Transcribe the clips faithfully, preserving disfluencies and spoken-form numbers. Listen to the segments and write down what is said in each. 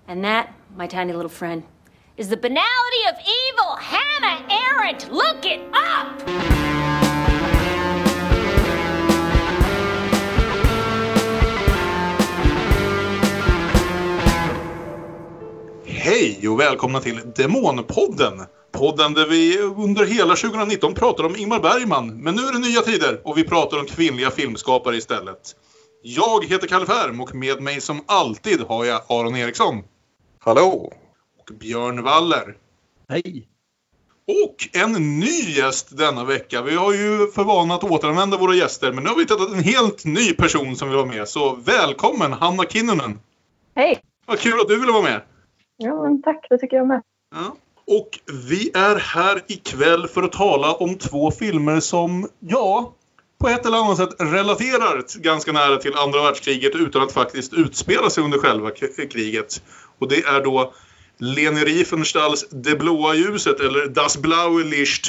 And that, my tiny little friend, is the banality of evil. Hannah Arendt, look it up! Hej och välkomna till Demonpodden. Podden där vi under hela tjugonitton pratar om Ingmar Bergman. Men nu är det nya tider och vi pratar om kvinnliga filmskapare istället. Jag heter Kalle Färm och med mig som alltid har jag Aron Eriksson. Hallå! Och Björn Waller. Hej! Och en ny gäst denna vecka. Vi har ju för vana att återanvända våra gäster, men nu har vi hittat en helt ny person som vill vara med. Så välkommen, Hanna Kinnunen. Hej! Vad kul att du ville vara med. Ja, men tack. Det tycker jag med. Ja. Och vi är här ikväll för att tala om två filmer som, ja, på ett eller annat sätt relaterar ganska nära till andra världskriget utan att faktiskt utspela sig under själva k- kriget. Och det är då Leni Riefenstahls Det blåa ljuset eller Das blaue Licht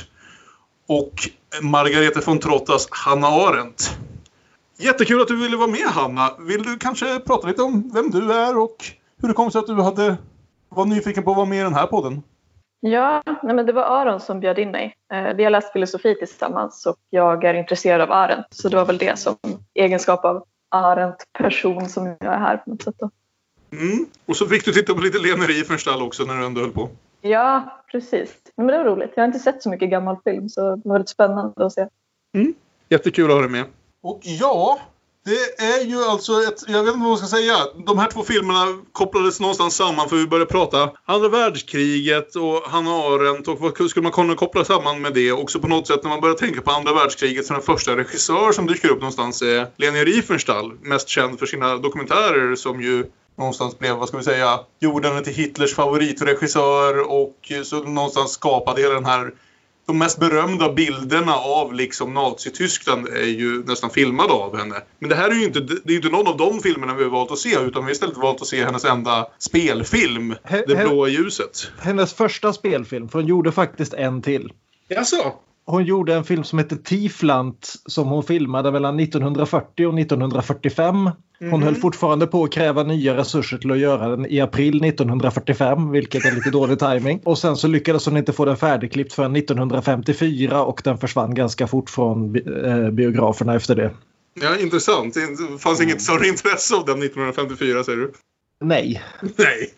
och Margarete von Trottas Hannah Arendt. Jättekul att du ville vara med, Hanna. Vill du kanske prata lite om vem du är och hur det kom sig att du hade, var nyfiken på att vara med i den här podden? Ja, nej men det var Aron som bjöd in mig. Vi har läst filosofi tillsammans och jag är intresserad av Arendt. Så det var väl det som egenskap av Arendt-person som jag är här på något sätt då. Mm. Och så fick du titta på lite Leni Riefenstahl också när du ändå höll på. Ja, precis. Men det var roligt. Jag har inte sett så mycket gammal film så det var väldigt spännande att se. Mm. Jättekul att ha dig med. Och ja, det är ju alltså ett, jag vet inte vad man ska säga. De här två filmerna kopplades någonstans samman för vi började prata andra världskriget och Hannah Arendt och vad skulle man kunna koppla samman med det. Också på något sätt när man börjar tänka på andra världskriget så den första regissör som dyker upp någonstans är Leni Riefenstahl. Mest känd för sina dokumentärer som ju någonstans blev, vad ska vi säga, gjorde till Hitlers favoritregissör och så någonstans skapade hela den här, de mest berömda bilderna av liksom Nazityskland är ju nästan filmade av henne. Men det här är ju inte, det är inte någon av de filmerna vi har valt att se utan vi har istället valt att se hennes enda spelfilm, H- Det blåa ljuset. Hennes första spelfilm, för hon gjorde faktiskt en till. Jaså? Hon gjorde en film som heter Tiefland som hon filmade mellan nittonhundrafyrtio och nittonhundrafyrtiofem. Hon mm. höll fortfarande på att kräva nya resurser till att göra den i april nittonhundrafyrtiofem, vilket är lite dålig timing. Och sen så lyckades hon inte få den färdigklippt förrän nittonhundrafemtiofyra och den försvann ganska fort från bi- eh, biograferna efter det. Ja, intressant. Det fanns mm. inget större intresse av den nittonhundrafemtiofyra, säger du? Nej. Nej.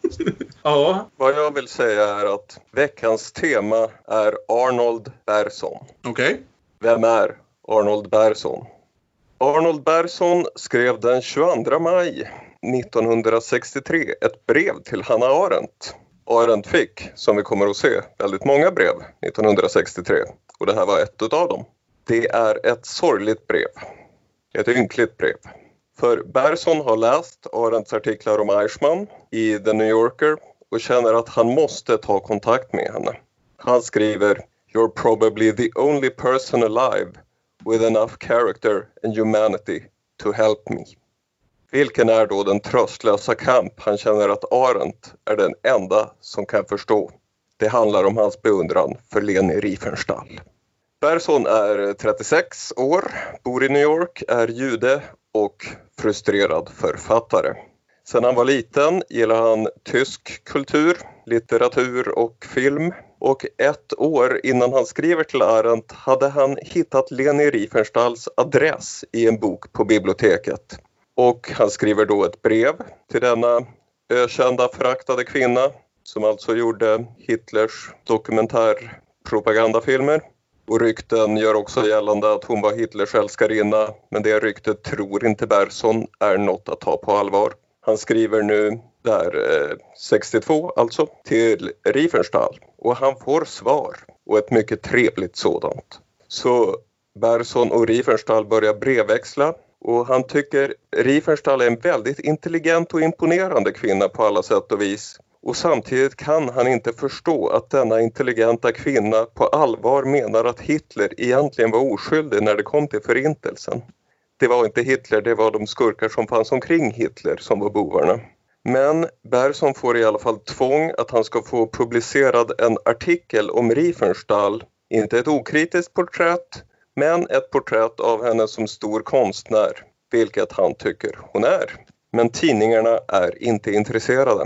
Ja. Vad jag vill säga är att veckans tema är Arnold Bergson. Okej. Okay. Vem är Arnold Bergson? Arnold Bergson skrev den tjugoandra maj nittonhundrasextiotre ett brev till Hannah Arendt. Arendt fick, som vi kommer att se, väldigt många brev nittonhundrasextiotre. Och det här var ett av dem. Det är ett sorgligt brev. Ett ynkligt brev. För Bergson har läst Arendts artiklar om Eichmann i The New Yorker och känner att han måste ta kontakt med henne. Han skriver: "You're probably the only person alive with enough character and humanity to help me." Vilken är då den tröstlösa kamp han känner att Arendt är den enda som kan förstå? Det handlar om hans beundran för Leni Riefenstahl. Bergson är trettiosex år, bor i New York, är jude och frustrerad författare. Sen han var liten gillar han tysk kultur, litteratur och film. Och ett år innan han skriver till Arendt hade han hittat Leni Riefenstahls adress i en bok på biblioteket. Och han skriver då ett brev till denna ökända föraktade kvinna som alltså gjorde Hitlers dokumentärpropagandafilmer. Och rykten gör också gällande att hon var Hitlers älskarinna, men det ryktet tror inte Bergson är något att ta på allvar. Han skriver nu där eh, sextiotvå alltså till Riefenstahl och han får svar och ett mycket trevligt sådant. Så Bergson och Riefenstahl börjar brevväxla och han tycker Riefenstahl är en väldigt intelligent och imponerande kvinna på alla sätt och vis. Och samtidigt kan han inte förstå att denna intelligenta kvinna på allvar menar att Hitler egentligen var oskyldig när det kom till förintelsen. Det var inte Hitler, det var de skurkar som fanns omkring Hitler som var bovarna. Men Bergson får i alla fall tvång att han ska få publicerad en artikel om Riefenstahl. Inte ett okritiskt porträtt, men ett porträtt av henne som stor konstnär, vilket han tycker hon är. Men tidningarna är inte intresserade.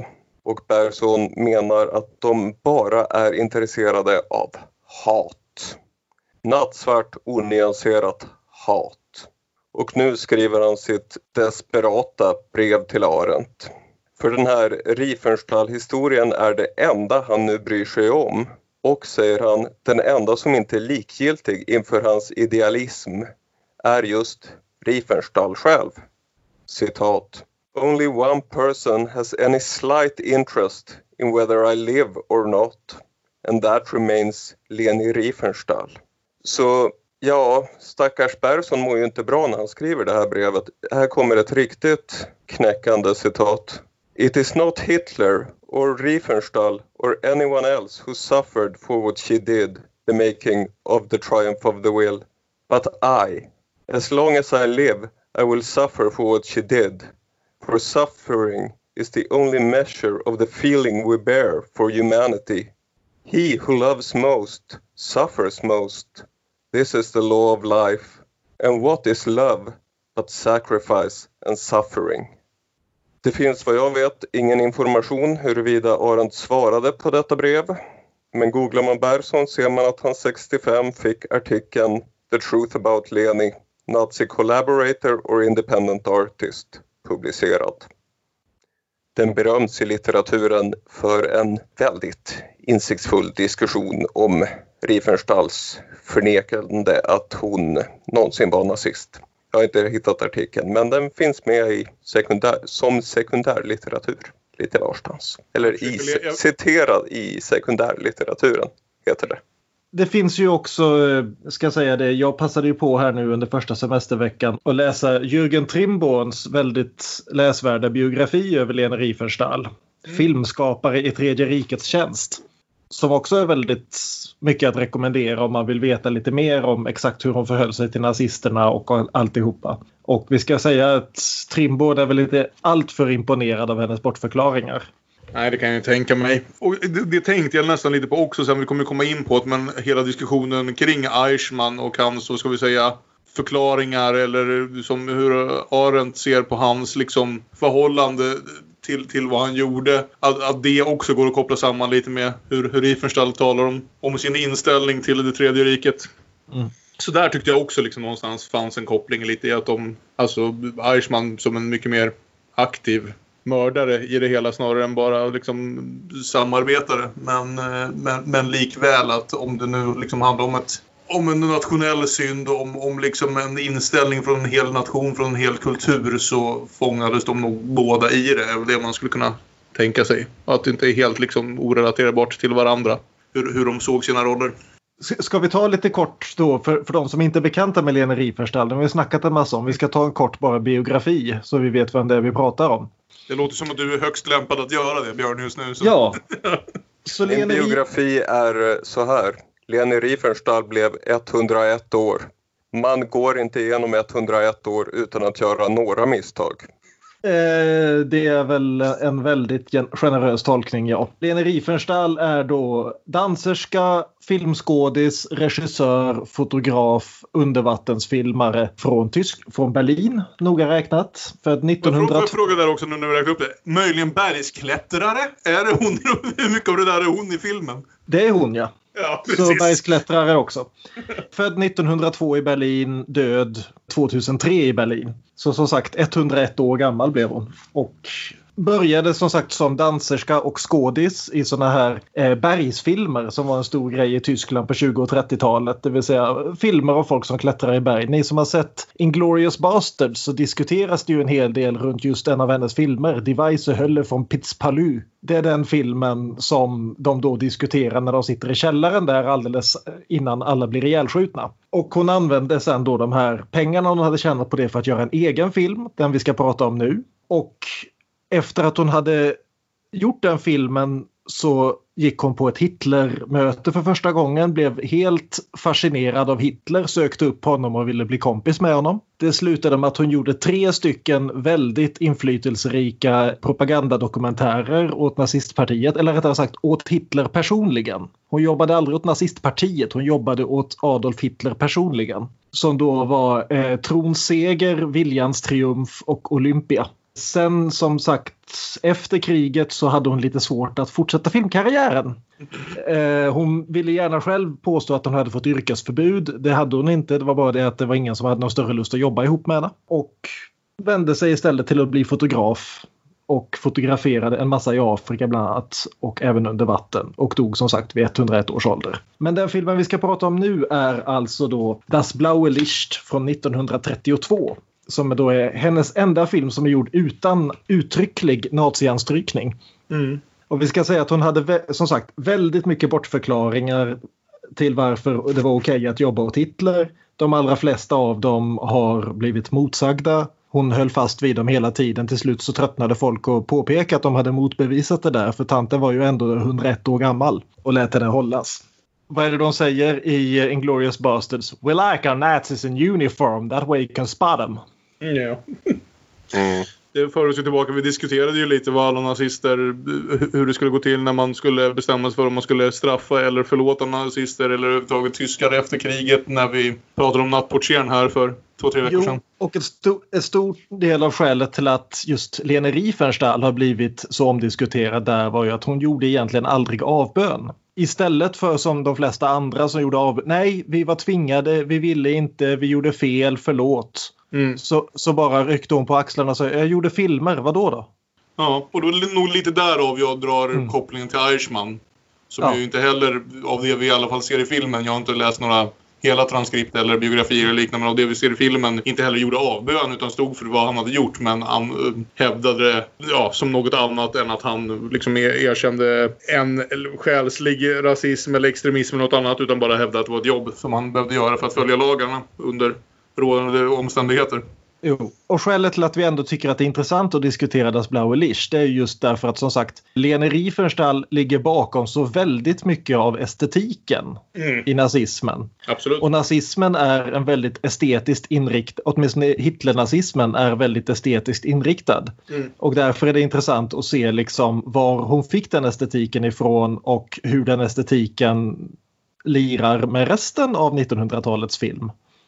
och Bergson menar att de bara är intresserade av hat. Nattsvart, onyanserat hat. Och nu skriver han sitt desperata brev till Arendt. För den här Riefenstahl-historien är det enda han nu bryr sig om. Och, säger han, den enda som inte är likgiltig inför hans idealism är just Riefenstahl själv. Citat. Only one person has any slight interest in whether I live or not. And that remains Leni Riefenstahl. Så ja, stackars Bergson mår ju inte bra när han skriver det här brevet. Här kommer ett riktigt knäckande citat. It is not Hitler or Riefenstahl or anyone else who suffered for what she did, the making of the triumph of the will. But I, as long as I live, I will suffer for what she did. For suffering is the only measure of the feeling we bear for humanity. He who loves most suffers most. This is the law of life. And what is love but sacrifice and suffering? Det finns vad jag vet ingen information huruvida Arendt svarade på detta brev. Men googlar man Bergson ser man att han sextiofem fick artikeln The Truth About Leni, Nazi Collaborator or Independent Artist publicerad. Den beröms i litteraturen för en väldigt insiktsfull diskussion om Riefenstahls förnekande att hon någonsin var nazist. Jag har inte hittat artikeln, men den finns med i sekundär, som sekundärlitteratur lite varstans. Eller i, citerad i sekundärlitteraturen heter det. Det finns ju också, ska jag säga det, jag passade ju på här nu under första semesterveckan att läsa Jürgen Trimborns väldigt läsvärda biografi över Leni Riefenstahl. Mm. Filmskapare i Tredje rikets tjänst. Som också är väldigt mycket att rekommendera om man vill veta lite mer om exakt hur hon förhöll sig till nazisterna och alltihopa. Och vi ska säga att Trimborn är väl inte allt för imponerad av hennes bortförklaringar. Nej, det kan jag ju tänka mig. Och det, det tänkte jag nästan lite på också, sen vi kommer komma in på det, men hela diskussionen kring Eichmann och hans, så ska vi säga, förklaringar eller som hur Arendt ser på hans liksom förhållande till, till vad han gjorde. Att, att det också går att koppla samman lite med hur, hur Riefenstahl talar om, om sin inställning till det tredje riket. Mm. Så där tyckte jag också liksom någonstans fanns en koppling lite i att de, alltså Eichmann som en mycket mer aktiv mördare i det hela snarare än bara liksom samarbetare. Men, men, men likväl att om det nu liksom handlar om ett om en nationell synd och om, om liksom en inställning från en hel nation, från en hel kultur, så fångades de nog båda i det. Är det man skulle kunna tänka sig. Att det inte är helt liksom orelaterbart till varandra. Hur, hur de såg sina roller. Ska vi ta lite kort då för, för de som inte är bekanta med Leni Riefenstahl? Vi har snackat en massa om. Vi ska ta en kort bara biografi så vi vet vem det är vi pratar om. Det låter som att du är högst lämpad att göra det, Björn, just nu. Så. Ja. Så Min Leni... biografi är så här. Leni Riefenstahl blev etthundraett år. Man går inte igenom etthundraett år utan att göra några misstag. Eh, det är väl en väldigt generös tolkning, ja. Leni Riefenstahl är då danserska, filmskådis, regissör, fotograf, undervattensfilmare från Tysk, från Berlin, noga räknat. För att nittonhundra... Jag får fråga där också nu när vi räknar upp det. Möjligen bergsklättrare? Är det hon? Hur mycket av det där är hon i filmen? Det är hon, ja. Ja, så bergsklättrare också. Född nittonhundratvå i Berlin, död tvåtusentre i Berlin. Så som sagt, etthundraett år gammal blev hon. Och började som sagt som danserska och skådis i såna här eh, bergsfilmer som var en stor grej i Tyskland på tjugo- och trettiotalet. Det vill säga filmer av folk som klättrar i berg. Ni som har sett Inglourious Basterds, så diskuteras det ju en hel del runt just en av hennes filmer. Die Weiße Hölle från Piz-Palu. Det är den filmen som de då diskuterar när de sitter i källaren där alldeles innan alla blir ihjälskjutna. Och hon använde sen då de här pengarna hon hade tjänat på det för att göra en egen film, den vi ska prata om nu. Och efter att hon hade gjort den filmen så gick hon på ett Hitlermöte för första gången, blev helt fascinerad av Hitler, sökte upp honom och ville bli kompis med honom. Det slutade med att hon gjorde tre stycken väldigt inflytelserika propagandadokumentärer åt nazistpartiet, eller rättare sagt åt Hitler personligen. Hon jobbade aldrig åt nazistpartiet, hon jobbade åt Adolf Hitler personligen. Som då var eh, Trons seger, Viljans triumf och Olympia. sen som sagt, efter kriget så hade hon lite svårt att fortsätta filmkarriären. Eh, hon ville gärna själv påstå att hon hade fått yrkesförbud. Det hade hon inte, det var bara det att det var ingen som hade någon större lust att jobba ihop med henne. Och vände sig istället till att bli fotograf. Och fotograferade en massa i Afrika bland annat. Och även under vatten. Och dog som sagt vid etthundraett års ålder. Men den filmen vi ska prata om nu är alltså då Das blaue Licht från nittonhundratrettiotvå. Som då är hennes enda film som är gjord utan uttrycklig nazianstrykning. Mm. Och vi ska säga att hon hade som sagt väldigt mycket bortförklaringar till varför det var okej att jobba åt Hitler. De allra flesta av dem har blivit motsagda. Hon höll fast vid dem hela tiden. Till slut så tröttnade folk och påpekade att de hade motbevisat det där. För tanten var ju ändå hundraett år gammal och lät henne hållas. Vad är det de säger i Inglourious Basterds? We like our Nazis in uniform. That way you can spot them. Mm, ja. mm. Det för oss ju tillbaka. Vi diskuterade ju lite vad alla nazister, hur det skulle gå till när man skulle bestämma sig för om man skulle straffa eller förlåta nazister eller överhuvudtaget tyskar efter kriget, när vi pratade om nattportieren här för två, tre veckor sedan. Jo, och ett, sto- ett stor del av skälet till att just Leni Riefenstahl har blivit så omdiskuterad där var ju att hon gjorde egentligen aldrig avbön. Istället för som de flesta andra som gjorde avbön. Nej, vi var tvingade, vi ville inte, vi gjorde fel, förlåt. Mm. Så, så bara ryckte hon på axlarna och sa, jag gjorde filmer, vad då då? Ja, och då är det nog lite därav jag drar mm. kopplingen till Eichmann. Som ja. ju inte heller, av det vi i alla fall ser i filmen, jag har inte läst några hela transkript eller biografier eller liknande, men av det vi ser i filmen inte heller gjorde avbön utan stod för vad han hade gjort, men han uh, hävdade det ja, som något annat än att han liksom erkände en själslig rasism eller extremism eller något annat, utan bara hävdade att det var ett jobb som han behövde göra för att följa lagarna under rådande omständigheter. Jo. Och skälet till att vi ändå tycker att det är intressant att diskutera Das blaue Licht, det är just därför att som sagt Leni Riefenstahl ligger bakom så väldigt mycket av estetiken mm. i nazismen. Absolut. Och nazismen är en väldigt estetiskt inriktad, åtminstone Hitler-nazismen är väldigt estetiskt inriktad. Mm. Och därför är det intressant att se liksom var hon fick den estetiken ifrån och hur den estetiken lirar med resten av nittonhundratalets film.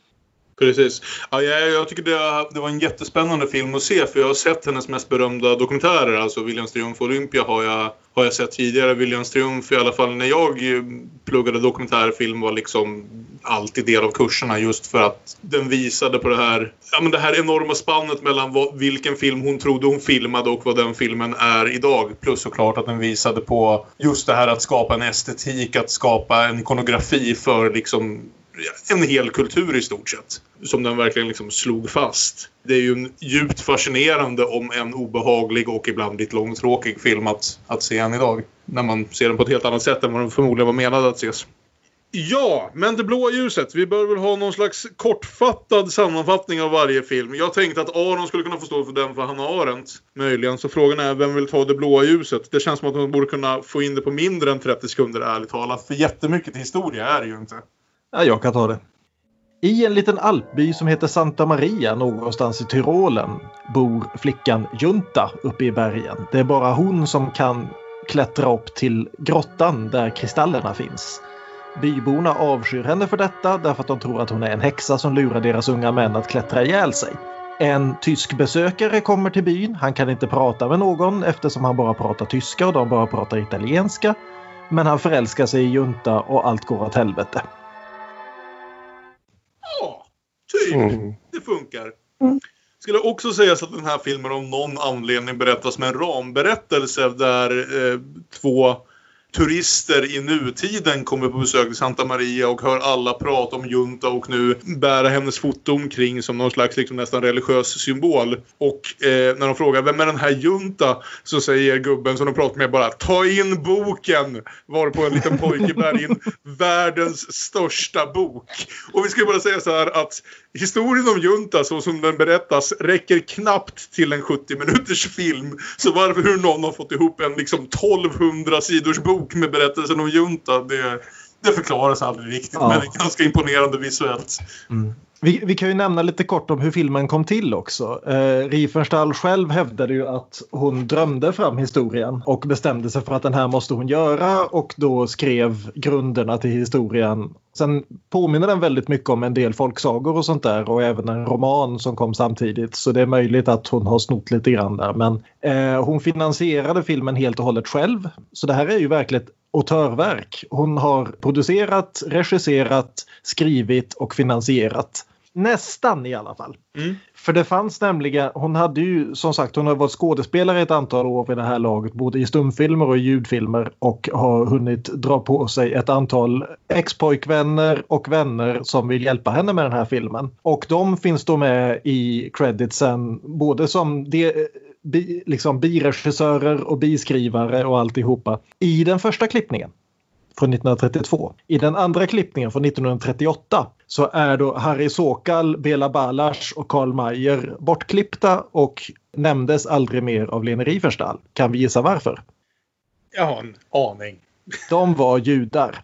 Precis. Ja, jag, jag tycker det, det var en jättespännande film att se, för jag har sett hennes mest berömda dokumentärer, alltså Williams triumf Olympia har jag, har jag sett tidigare. Williams triumf, i alla fall när jag pluggade dokumentärfilm, var liksom alltid del av kurserna, just för att den visade på det här, ja, men det här enorma spannet mellan vad, vilken film hon trodde hon filmade och vad den filmen är idag. Plus såklart att den visade på just det här att skapa en estetik, att skapa en ikonografi för liksom en hel kultur i stort sett, som den verkligen liksom slog fast. Det är ju en djupt fascinerande om en obehaglig och ibland lite långtråkig film att, att se än idag, när man ser den på ett helt annat sätt än vad den förmodligen var menad att ses. Ja, men det blåa ljuset. Vi bör väl ha någon slags kortfattad sammanfattning av varje film. Jag tänkte att Aron skulle kunna få stå för den, för Hannah Arendt möjligen. Så frågan är, vem vill ta det blåa ljuset? Det känns som att man borde kunna få in det på mindre än trettio sekunder, ärligt talat. För jättemycket till historia är det ju inte. Ja, jag kan ta det. I en liten alpby som heter Santa Maria någonstans i Tyrolen bor flickan Junta uppe i bergen. Det är bara hon som kan klättra upp till grottan där kristallerna finns. Byborna avskyr henne för detta därför att de tror att hon är en häxa som lurar deras unga män att klättra ihjäl sig. En tysk besökare kommer till byn. Han kan inte prata med någon eftersom han bara pratar tyska och de bara pratar italienska. Men han förälskar sig i Junta och allt går åt helvete. Ja, typ. Mm. Det funkar. Mm. Skulle också sägas att den här filmen av någon anledning berättas med en ramberättelse där eh, två turister i nutiden kommer på besök till Santa Maria och hör alla prata om Junta och nu bära hennes foto omkring som någon slags liksom nästan religiös symbol. Och eh, när de frågar vem är den här Junta, så säger gubben som de pratar med bara, ta in boken, varpå en liten pojke bär in världens största bok. Och vi ska bara säga så här att historien om Junta så som den berättas räcker knappt till en sjuttio minuters film. Så varför hur någon har fått ihop en liksom tolvhundra sidors bok med berättelsen om Junta, det, det förklaras aldrig riktigt, ja. Men det är ganska imponerande visuellt. Mm. Vi, vi kan ju nämna lite kort om hur filmen kom till också. Eh, Riefenstahl själv hävdade ju att hon drömde fram historien och bestämde sig för att den här måste hon göra och då skrev grunderna till historien. Sen påminner den väldigt mycket om en del folksagor och sånt där och även en roman som kom samtidigt. Så det är möjligt att hon har snott lite grann där. Men eh, hon finansierade filmen helt och hållet själv. Så det här är ju verkligen ett autörverk. Hon har producerat, regisserat, skrivit och finansierat. Nästan i alla fall. Mm. För det fanns nämligen, hon hade ju som sagt, hon har varit skådespelare ett antal år vid det här laget, både i stumfilmer och i ljudfilmer och har hunnit dra på sig ett antal ex-pojkvänner och vänner som vill hjälpa henne med den här filmen. Och de finns då med i creditsen både som de, bi, liksom biregissörer och biskrivare och alltihopa i den första klippningen från nittonhundratrettiotvå. I den andra klippningen från nittonhundratrettioåtta så är då Harry Sokal, Bela Balas och Karl Mayer bortklippta och nämndes aldrig mer av Leni Riefenstahl. Kan vi gissa varför? Jag har en aning. De var judar.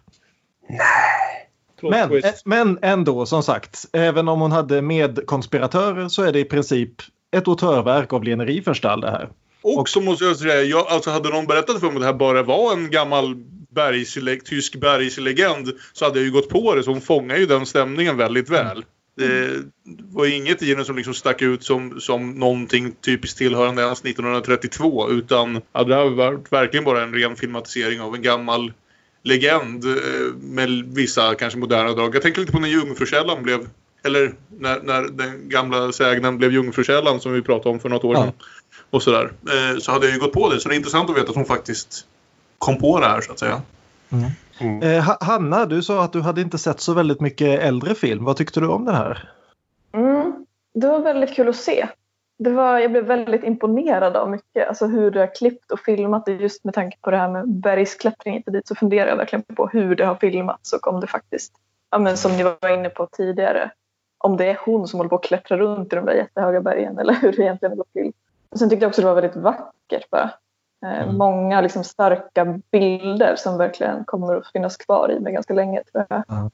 Men, men ändå, som sagt, även om hon hade medkonspiratörer så är det i princip ett autörverk av Leni Riefenstahl det här. Och så måste jag säga, jag, alltså hade någon berättat för mig att det här bara var en gammal bergsle- tysk bergslegend så hade jag ju gått på det, så hon fångar ju den stämningen väldigt väl. Det var inget i den som liksom stack ut som, som någonting typiskt tillhörande ens nittonhundratrettiotvå, utan ja, det har varit verkligen bara en ren filmatisering av en gammal legend med vissa kanske moderna drag. Jag tänker lite på när Jungfrukällan blev, eller när, när den gamla sägnen blev Jungfrukällan som vi pratade om för något år sedan. Ja. Och sådär. Så hade jag ju gått på det, så det är intressant att veta att hon faktiskt kom på det här så att säga. Mm. Mm. Eh, Hanna, du sa att du hade inte sett så väldigt mycket äldre film. Vad tyckte du om det här? Mm, det var väldigt kul att se. Det var, jag blev väldigt imponerad av mycket. Alltså hur det har klippt och filmat. Just med tanke på det här med bergsklättring hit och dit så funderar jag verkligen på hur det har filmats och om det faktiskt, ja, men som ni var inne på tidigare, om det är hon som håller på att klättra runt i de där jättehöga bergen eller hur det egentligen går till. Och sen tyckte jag också att det var väldigt vackert bara. Mm. Många liksom starka bilder som verkligen kommer att finnas kvar i mig ganska länge, tror jag. Mm.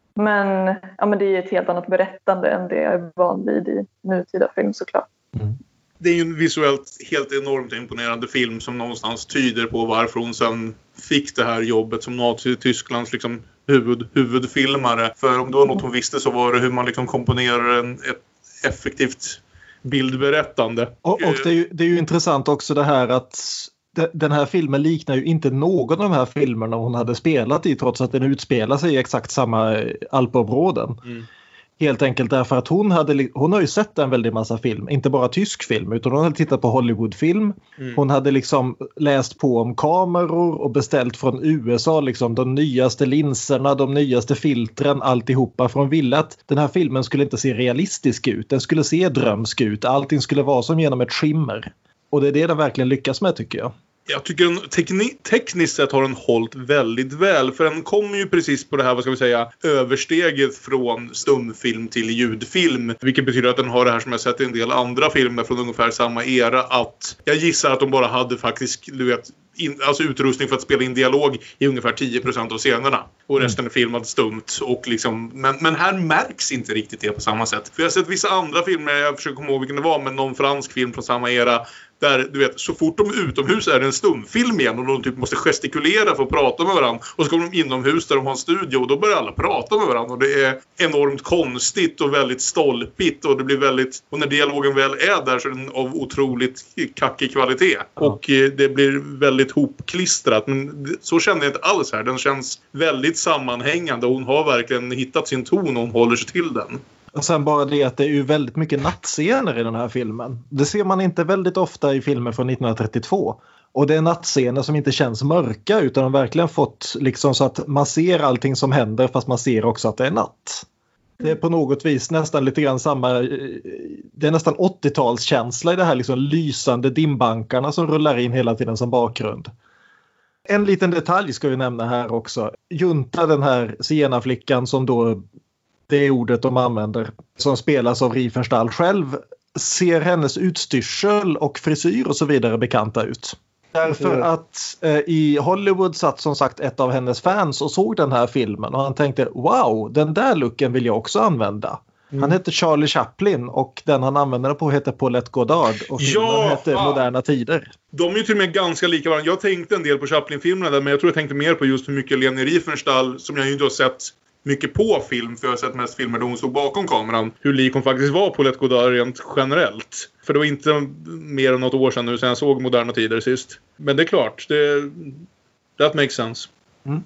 Men, ja, men det är ett helt annat berättande än det jag är van vid i nutida film såklart. Mm. Det är ju en visuellt helt enormt imponerande film som någonstans tyder på varför hon sen fick det här jobbet som Nazi-Tysklands liksom huvud, huvudfilmare. För om det var något hon visste så var det hur man liksom komponerar en, ett effektivt bildberättande. Och, och det, är ju, det är ju intressant också det här att den här filmen liknar ju inte någon av de här filmerna hon hade spelat i, trots att den utspelar sig i exakt samma alpområden. Mm. Helt enkelt därför att hon, hade, hon har ju sett en väldigt massa film, inte bara tysk film utan hon hade tittat på Hollywoodfilm. Mm. Hon hade liksom läst på om kameror och beställt från U S A liksom de nyaste linserna, de nyaste filtren, alltihopa. För hon ville att den här filmen skulle inte se realistisk ut, den skulle se drömsk ut, allting skulle vara som genom ett skimmer. Och det är det den verkligen lyckas med, tycker jag. Jag tycker den tekni- tekniskt sett har den hållit väldigt väl. För den kommer ju precis på det här, vad ska vi säga, översteget från stumfilm till ljudfilm. Vilket betyder att den har det här som jag sett i en del andra filmer från ungefär samma era. Att jag gissar att de bara hade faktiskt, du vet, in, alltså utrustning för att spela in dialog i ungefär tio procent av scenerna. Och resten är filmad stumt. Och liksom, men, men här märks inte riktigt det på samma sätt. För jag har sett vissa andra filmer, jag försöker komma ihåg vilken det var, men någon fransk film från samma era. Där, du vet, så fort de är utomhus är det en stumfilm igen och de typ måste gestikulera för att prata med varandra. Och så kommer de inomhus där de har en studio och då börjar alla prata med varandra. Och det är enormt konstigt och väldigt stolpigt och det blir väldigt, och när dialogen väl är där så är den av otroligt kackig kvalitet. Ja. Och eh, det blir väldigt hopklistrat. Men så känner jag inte alls här. Den känns väldigt sammanhängande och hon har verkligen hittat sin ton och hon håller sig till den. Och sen bara det att det är ju väldigt mycket nattscener i den här filmen. Det ser man inte väldigt ofta i filmer från nittonhundratrettiotvå. Och det är nattscener som inte känns mörka utan de har verkligen fått liksom så att man ser allting som händer fast man ser också att det är natt. Det är på något vis nästan lite grann samma, det är nästan åttiotalskänsla i det här liksom lysande dimbankarna som rullar in hela tiden som bakgrund. En liten detalj ska vi nämna här också. Junta, den här zigenarflickan som då, det är ordet de använder, som spelas av Riefenstahl själv, ser hennes utstyrsel och frisyr och så vidare bekanta ut. Därför att eh, i Hollywood satt som sagt ett av hennes fans och såg den här filmen och han tänkte, wow, den där looken vill jag också använda. Mm. Han heter Charlie Chaplin och den han använder på heter Paulette Goddard och filmen ja, heter fan. Moderna tider. De är ju till och med ganska lika varandra. Jag tänkte en del på Chaplin-filmerna där, men jag tror jag tänkte mer på just hur mycket Leni Riefenstahl, som jag ju inte har sett mycket på film, för jag har sett mest filmer där hon stod bakom kameran, hur lik hon faktiskt var Paulette Goddard rent generellt. För det var inte mer än något år sedan nu sedan jag såg Moderna tider sist. Men det är klart, det, that makes sense. Mm.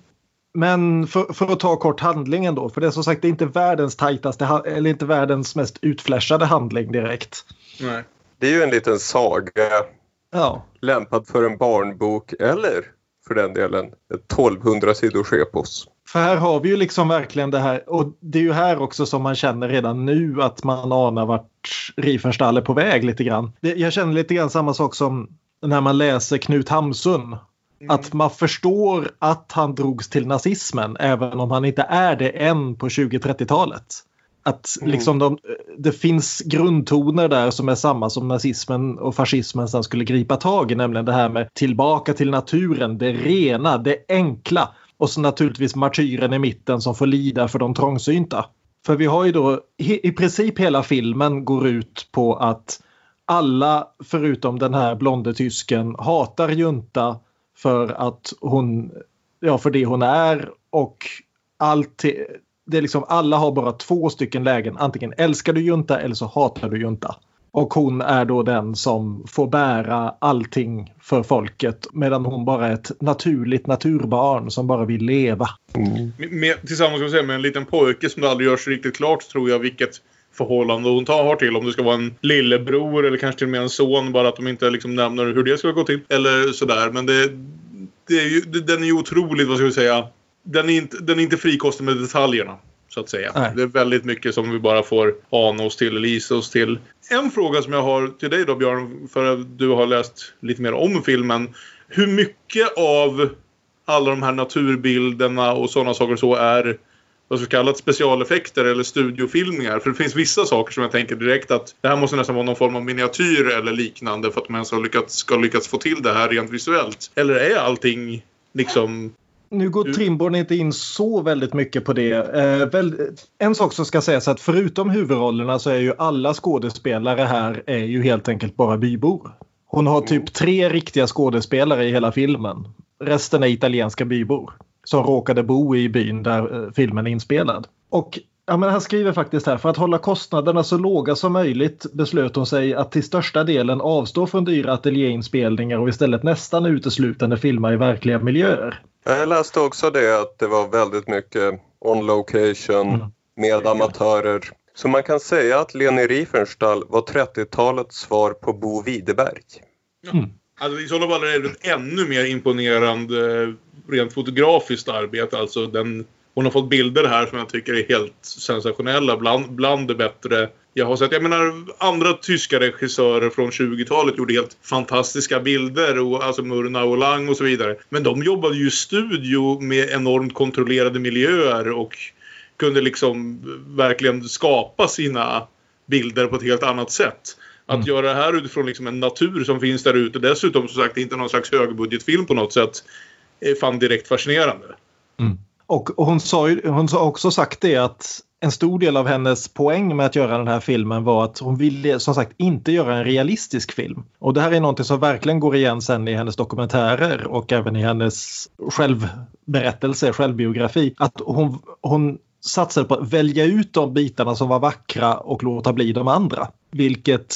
Men för, för att ta kort handlingen då, för det är som sagt det är inte världens tajtaste, eller inte världens mest utflashade handling direkt. Nej. Det är ju en liten saga, ja. lämpad för en barnbok eller för den delen ett tolvhundra sidors epos. För här har vi ju liksom verkligen det här, och det är ju här också som man känner redan nu att man anar vart Riefenstahl är på väg lite grann. Det, jag känner lite grann samma sak som när man läser Knut Hamsun. Mm. Att man förstår att han drogs till nazismen även om han inte är det än på tjugo-trettiotalet. Att mm. liksom de, det finns grundtoner där som är samma som nazismen och fascismen sen skulle gripa tag i, nämligen det här med tillbaka till naturen, det rena, det enkla. Och så naturligtvis martyren i mitten som får lida för de trångsynta. För vi har ju då, i princip hela filmen går ut på att alla förutom den här blonde tysken hatar junta för att hon, ja för det hon är, och allt, det är liksom alla har bara två stycken lägen. Antingen älskar du junta eller så hatar du junta. Och hon är då den som får bära allting för folket, medan hon bara är ett naturligt naturbarn som bara vill leva. Mm. Med, tillsammans med, med en liten pojke som det aldrig görs riktigt klart, tror jag, vilket förhållande hon tar har till. Om det ska vara en lillebror eller kanske till och med en son, bara att de inte liksom nämner hur det ska gå till. Eller sådär. Men det, det är ju, det, den är ju otroligt, vad ska vi säga, den är inte, den är inte frikostig med detaljerna. Så att säga. Nej. Det är väldigt mycket som vi bara får ana oss till eller gissa oss till. En fråga som jag har till dig då, Björn, för att du har läst lite mer om filmen. Hur mycket av alla de här naturbilderna och sådana saker så är vad ska kallas specialeffekter eller studiofilmningar? För det finns vissa saker som jag tänker direkt att det här måste nästan vara någon form av miniatyr eller liknande för att man ens har lyckats, ska lyckas få till det här rent visuellt. Eller är allting liksom... Nu går Trimborn inte in så väldigt mycket på det. Eh, väl, en sak som ska sägas är att förutom huvudrollerna så är ju alla skådespelare här är ju helt enkelt bara bybor. Hon har typ tre riktiga skådespelare i hela filmen. Resten är italienska bybor som råkade bo i byn där eh, filmen är inspelad. Och ja, men han skriver faktiskt här, för att hålla kostnaderna så låga som möjligt beslöt hon sig att till största delen avstå från dyra ateljéinspelningar och istället nästan uteslutande filma i verkliga miljöer. Jag läste också det att det var väldigt mycket on location mm. med amatörer. Så man kan säga att Leni Riefenstahl var trettiotalets svar på Bo Widerberg. Mm. Alltså, i sådana fall är det ett ännu mer imponerande rent fotografiskt arbete. Alltså den, hon har fått bilder här som jag tycker är helt sensationella. Bland, bland det bättre jag har sett. Jag menar, andra tyska regissörer från tjugotalet gjorde helt fantastiska bilder. Och, alltså Murnau och Lang och så vidare. Men de jobbade ju i studio med enormt kontrollerade miljöer. Och kunde liksom verkligen skapa sina bilder på ett helt annat sätt. Att mm. göra det här utifrån liksom en natur som finns där ute. Dessutom som sagt inte någon slags högbudgetfilm på något sätt. Är fan direkt fascinerande. Mm. Och, och hon, sa ju, hon har också sagt det att en stor del av hennes poäng med att göra den här filmen var att hon ville som sagt inte göra en realistisk film. Och det här är någonting som verkligen går igen sen i hennes dokumentärer och även i hennes självberättelse, självbiografi. Att hon, hon satsade på att välja ut de bitarna som var vackra och låta bli de andra. Vilket...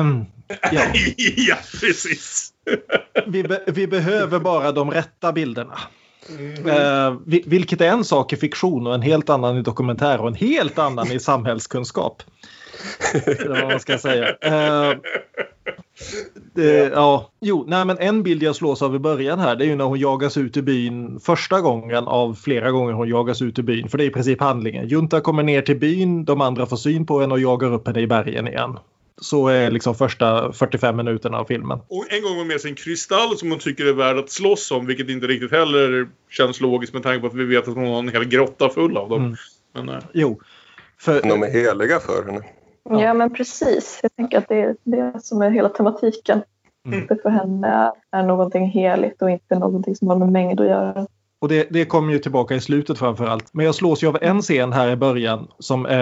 ja. ja, precis. vi, be, vi behöver bara de rätta bilderna. Mm. Eh, vilket är en sak i fiktion och en helt annan i dokumentär och en helt annan i samhällskunskap. Det är vad man ska säga. Eh, det, ja. Jo, nej, men en bild jag slås av i början här, det är ju när hon jagas ut i byn första gången av flera gånger hon jagas ut i byn. För det är i princip handlingen. Junta kommer ner till byn, de andra får syn på henne och jagar upp henne i bergen igen. Så är liksom första fyrtiofem minuterna av filmen. Och en gång var med sig en kristall som hon tycker är värd att slåss om. Vilket inte riktigt heller känns logiskt med tanke på att vi vet att hon har en hel grotta full av dem. Mm. Men, nej. Jo. För, de är heliga för henne. Ja. ja, men precis. Jag tänker att det är det som är hela tematiken. Mm. För henne är någonting heligt och inte någonting som har med mängd att göra. Och det, det kommer ju tillbaka i slutet framförallt. Men jag slås ju av en scen här i början som är...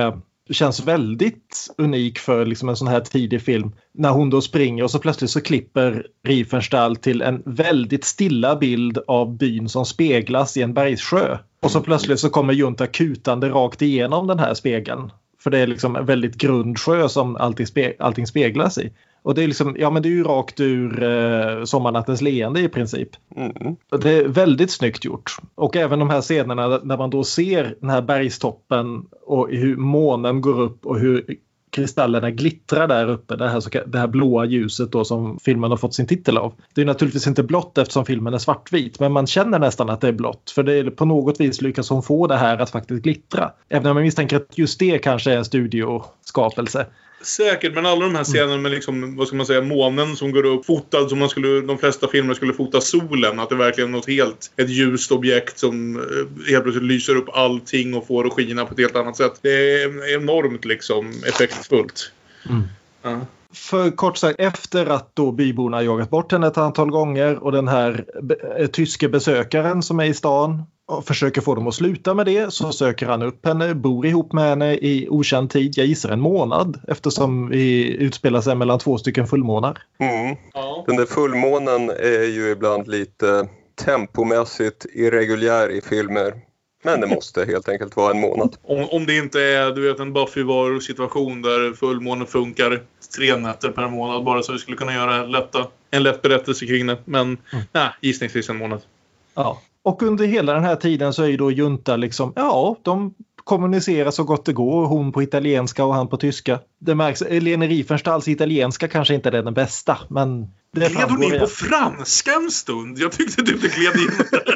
känns väldigt unik för liksom en sån här tidig film. När hon då springer och så plötsligt så klipper Riefenstahl till en väldigt stilla bild av byn som speglas i en bergssjö. Och så plötsligt så kommer Junta kutande rakt igenom den här spegeln. För det är liksom en väldigt grund sjö som allting, spe- allting speglas i. Och det är liksom, ja men det är ju rakt ur eh, Sommarnattens leende i princip. Mm. Och det är väldigt snyggt gjort. Och även de här scenerna när man då ser den här bergstoppen och hur månen går upp och hur kristallerna glittrar där uppe. Det här, det här blåa ljuset då som filmen har fått sin titel av. Det är naturligtvis inte blått eftersom filmen är svartvit. Men man känner nästan att det är blått. För det är på något vis lyckas hon få det här att faktiskt glittra. Även om man misstänker att just det kanske är en studioskapelse. Säkert, men alla de här scenerna med liksom, vad ska man säga, månen som går upp fotad som man skulle, de flesta filmer skulle fota solen, att det verkligen är något helt, ett ljust objekt som helt plötsligt lyser upp allting och får att skina på ett helt annat sätt. Det är enormt liksom effektfullt. Mm. Ja. För kort sagt, efter att då byborna har jagat bort henne ett antal gånger och den här be- tyske besökaren som är i stan och försöker få dem att sluta med det, så söker han upp henne, bor ihop med henne i okänd tid, jag gissar en månad, eftersom vi utspelar sig mellan två stycken fullmånar. Mm. Ja. Den där fullmånen är ju ibland lite tempomässigt irreguljär i filmer. Men det måste helt enkelt vara en månad. Om, om det inte är, du vet, en Buffy-var-situation där fullmånen funkar tre nätter per månad bara så vi skulle kunna göra lätta, en lätt berättelse kring det. Men mm. nej, gissningsvis en månad. Ja. Och under hela den här tiden så är ju då Junta liksom, ja, de kommunicerar så gott det går. Hon på italienska och han på tyska. Det märks, Leni Riefenstahls italienska kanske inte är den bästa, men det gled hon in på franska en stund? Jag tyckte typ det gled in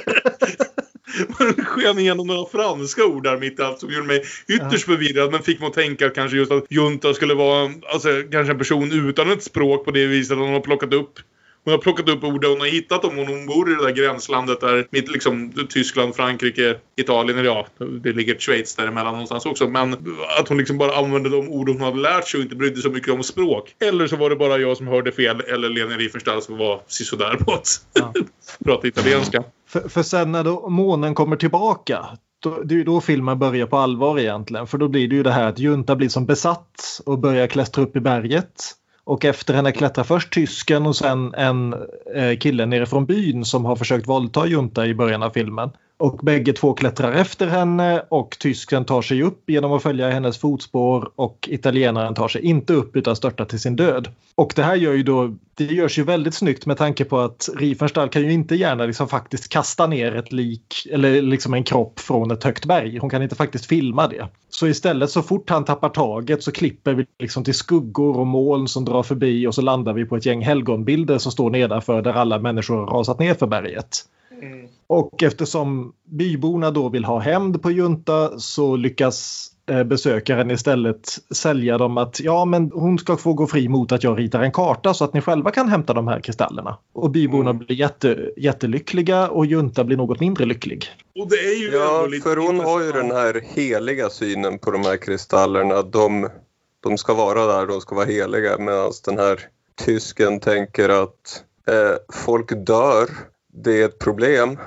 man sken igenom några franska ord där mitt i allt som gjorde mig ytterst förvirrad, men fick mig att tänka kanske just att Junta skulle vara alltså, kanske en person utan ett språk på det viset att hon har plockat upp hon har plockat upp ord och hon har hittat dem och hon bor i det där gränslandet där mitt liksom Tyskland, Frankrike, Italien, eller ja, det ligger Schweiz däremellan någonstans också, men att hon liksom bara använde de ord hon hade lärt sig och inte brydde så mycket om språk. Eller så var det bara jag som hörde fel, eller Leni Riefenstahl som var sisådär på att ja. prata italienska. För, för sen när då månen kommer tillbaka, då, det är ju då filmen börjar på allvar egentligen. För då blir det ju det här att Junta blir som besatt och börjar klättra upp i berget. Och efter henne klättrar först tysken och sen en eh, kille nere från byn som har försökt våldta Junta i början av filmen. Och bägge två klättrar efter henne och tysken tar sig upp genom att följa hennes fotspår och italienaren tar sig inte upp utan störtar till sin död. Och det här gör ju då, det görs ju väldigt snyggt med tanke på att Riefenstahl kan ju inte gärna liksom faktiskt kasta ner ett lik eller liksom en kropp från ett högt berg. Hon kan inte faktiskt filma det. Så istället så fort han tappar taget så klipper vi liksom till skuggor och moln som drar förbi och så landar vi på ett gäng helgonbilder som står nedanför där alla människor har rasat ner för berget. Mm. Och eftersom byborna då vill ha hämnd på Junta så lyckas eh, besökaren istället sälja dem att ja men hon ska få gå fri mot att jag ritar en karta så att ni själva kan hämta de här kristallerna. Och byborna mm. blir jätte, jättelyckliga och Junta blir något mindre lycklig. Och det är ju ja, för hon har ju den här heliga synen på de här kristallerna. De, de ska vara där, de ska vara heliga, medan den här tysken tänker att eh, folk dör. Det är ett problem.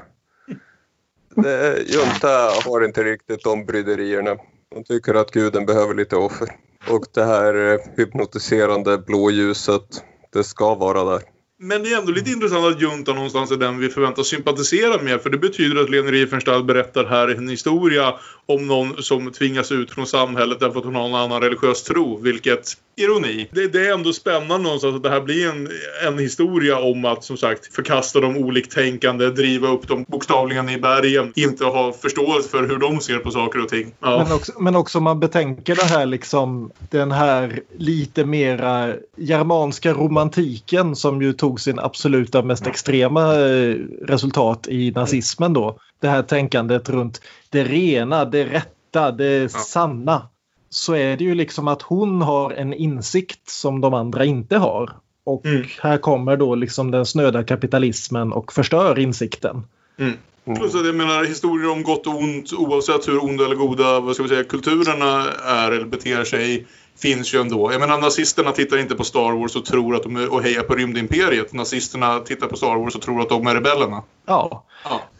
Det, Junta har inte riktigt de bryderierna. De tycker att guden behöver lite offer. Och det här hypnotiserande blåljuset, det ska vara där. Men det är ändå lite intressant att Junta någonstans är den vi förväntas sympatisera med. För det betyder att Leni Riefenstahl berättar här en historia om någon som tvingas ut från samhället därför att hon har en annan religiös tro. Vilket, ironi. Det, det är ändå spännande någonstans att det här blir en, en historia om att som sagt förkasta de oliktänkande, driva upp dem bokstavligen i bergen. Inte ha förståelse för hur de ser på saker och ting. Ja. Men, också, men också man betänker det här liksom, den här lite mera germanska romantiken som ju tog sin absoluta mest extrema resultat i nazismen då. Det här tänkandet runt det rena, det rätta, det ja. sanna. Så är det ju liksom att hon har en insikt som de andra inte har. Och mm. här kommer då liksom den snöda kapitalismen och förstör insikten. Mm. Mm. Plus att jag menar historier om gott och ont, oavsett hur onda eller goda vad ska vi säga, kulturerna är eller beter sig, finns ju ändå. Jag menar, nazisterna tittar inte på Star Wars och tror att de är, och hejar på rymdimperiet. Nazisterna tittar på Star Wars och tror att de är rebellerna. Ja. ja.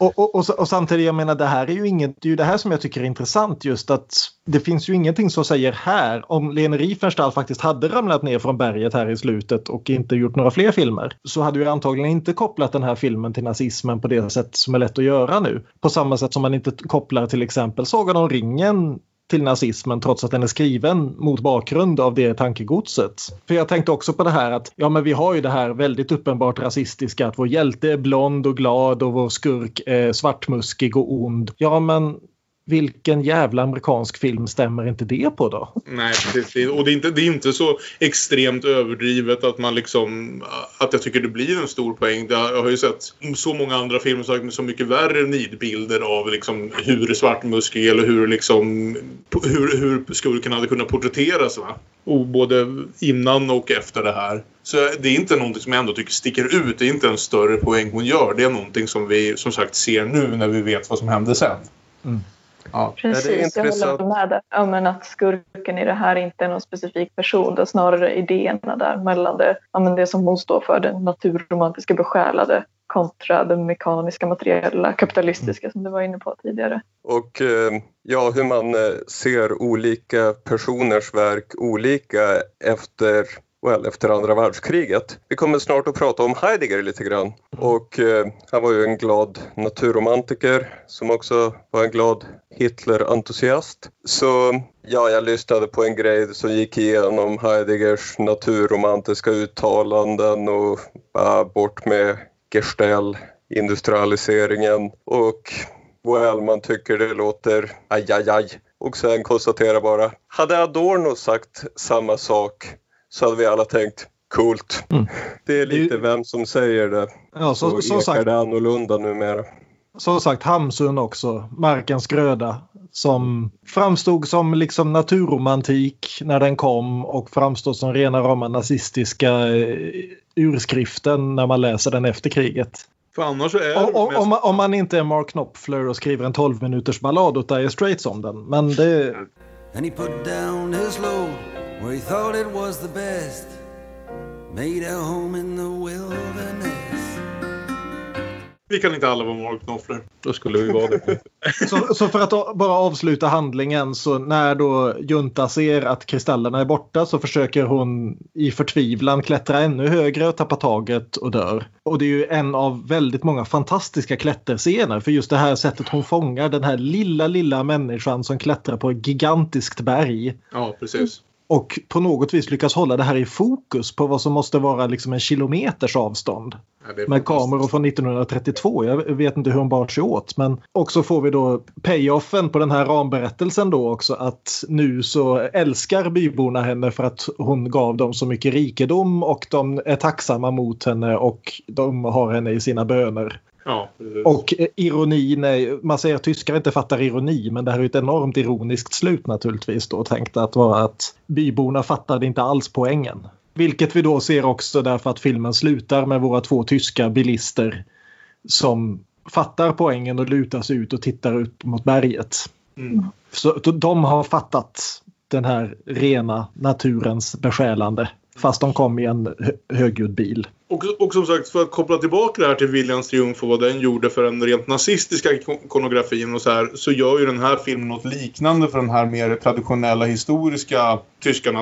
Och, och, och, och samtidigt, jag menar, det här är ju inget, det är ju det här som jag tycker är intressant, just att det finns ju ingenting som säger här, om Leni Riefenstahl faktiskt hade ramlat ner från berget här i slutet och inte gjort några fler filmer, så hade ju antagligen inte kopplat den här filmen till nazismen på det sätt som är lätt att göra nu. På samma sätt som man inte kopplar till exempel Sagan om ringen till nazismen, trots att den är skriven mot bakgrund av det tankegodset. För jag tänkte också på det här att ja, men vi har ju det här väldigt uppenbart rasistiska, att vår hjälte är blond och glad och vår skurk är svartmuskig och ond. Ja, men vilken jävla amerikansk film stämmer inte det på då? Nej, precis. Och det är, inte, det är inte så extremt överdrivet att man liksom, att jag tycker det blir en stor poäng. Jag har ju sett så många andra filmer som har så mycket värre nidbilder av liksom hur svartmuskig eller hur liksom hur, hur skurken hade kunnat porträtteras, va? Och både innan och efter det här. Så det är inte någonting som jag ändå tycker sticker ut. Det är inte en större poäng hon gör. Det är någonting som vi som sagt ser nu när vi vet vad som hände sen. Mm. Ja. Precis, jag håller med där. Ja, men att skurken i det här inte är någon specifik person. Det är snarare idéerna där mellan det, ja, men det som hon står för, den naturromantiska besjälade kontra den mekaniska, materiella, kapitalistiska mm. som du var inne på tidigare. Och ja, hur man ser olika personers verk olika efter Well, efter andra världskriget. Vi kommer snart att prata om Heidegger lite grann. Och eh, han var ju en glad naturromantiker som också var en glad Hitler-entusiast. Så ja, jag lyssnade på en grej som gick igenom Heideggers naturromantiska uttalanden och bara bort med Gestell, industrialiseringen. Och well, man tycker det låter aj, aj, aj. Och sen konstaterar bara, hade Adorno sagt samma sak så hade vi alla tänkt, coolt. Mm. Det är lite vem som säger det. Ja, så, så, så sagt, det annorlunda numera. Som sagt, Hamsun också, Markens gröda, som framstod som liksom naturromantik när den kom och framstod som rena rama nazistiska urskriften när man läser den efter kriget. För annars är och, och, mest... om, man, om man inte är Mark Knopfler och skriver en tolv minuters ballad åt Dire Straits om den. Men det... And he put down his load where he thought it was the best, made a home in the wilderness. Vi kan inte alla vara Mark Knopfler. Då skulle vi vara det. så, så för att bara avsluta handlingen, så när då Junta ser att kristallerna är borta så försöker hon i förtvivlan klättra ännu högre och tappa taget och dör. Och det är ju en av väldigt många fantastiska klätterscener, för just det här sättet hon fångar den här lilla, lilla människan som klättrar på ett gigantiskt berg. Ja, precis. Och på något vis lyckas hålla det här i fokus på vad som måste vara liksom en kilometers avstånd. Ja, med kameror från nittonhundratrettiotvå. Jag vet inte hur hon bar sig åt. Men också får vi då payoffen på den här ramberättelsen då också. Att nu så älskar byborna henne för att hon gav dem så mycket rikedom. Och de är tacksamma mot henne och de har henne i sina böner. Ja, och ironin är, man säger att tyskar inte fattar ironi, men det här är ett enormt ironiskt slut naturligtvis då, tänkt att vara att byborna fattade inte alls poängen. Vilket vi då ser också därför att filmen slutar med våra två tyska bilister som fattar poängen och lutar sig ut och tittar ut mot berget. Mm. Så de har fattat den här rena naturens besjälande, fast de kom i en hö- högljudd bil. Och, och som sagt, för att koppla tillbaka det här till Viljans triumf och vad den gjorde för den rent nazistiska ikonografin och så här, så gör ju den här filmen något liknande för den här mer traditionella historiska tyska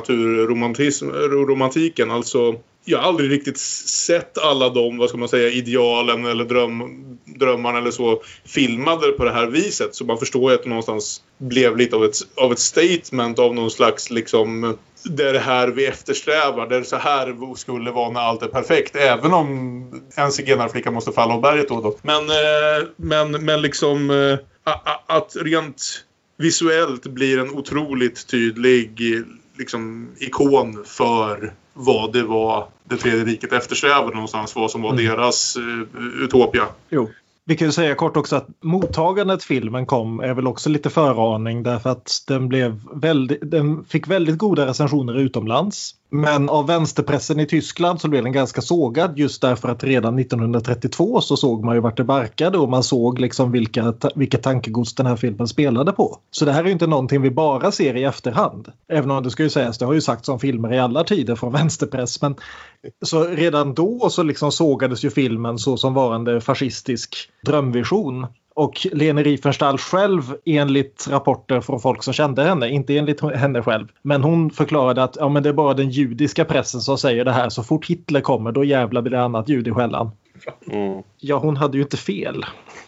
naturromantiken. Alltså, jag har aldrig riktigt sett alla de, vad ska man säga, idealen eller dröm, drömmarna eller så filmade på det här viset. Så man förstår ju att det någonstans blev lite av ett, av ett statement av någon slags liksom, det är det här vi eftersträvar, det är så här skulle vara när allt är perfekt, även om en zigenarflicka måste falla av berget då. då. Men, eh, men, men liksom eh, att rent visuellt blir en otroligt tydlig liksom, ikon för vad det var det tredje riket eftersträvade någonstans, vad som var mm. deras uh, utopia. Jo. Vi kan ju säga kort också att mottagandet filmen kom är väl också lite föraning, därför att den blev väldigt, den fick väldigt goda recensioner utomlands. Men av vänsterpressen i Tyskland så blev den ganska sågad just därför att redan nittonhundratrettiotvå så såg man ju vart det barkade och man såg liksom vilka, vilka tankegods den här filmen spelade på. Så det här är ju inte någonting vi bara ser i efterhand. Även om det ska ju sägas, det har ju sagts om filmer i alla tider från vänsterpress. Men så redan då så liksom sågades ju filmen så som varande fascistisk drömvision. Och Leni Riefenstahl själv, enligt rapporter från folk som kände henne, inte enligt henne själv, men hon förklarade att ja, men det är bara den judiska pressen som säger det här. Så fort Hitler kommer, då jävlar blir det annat jud i skällan. Mm. Ja, hon hade ju inte fel.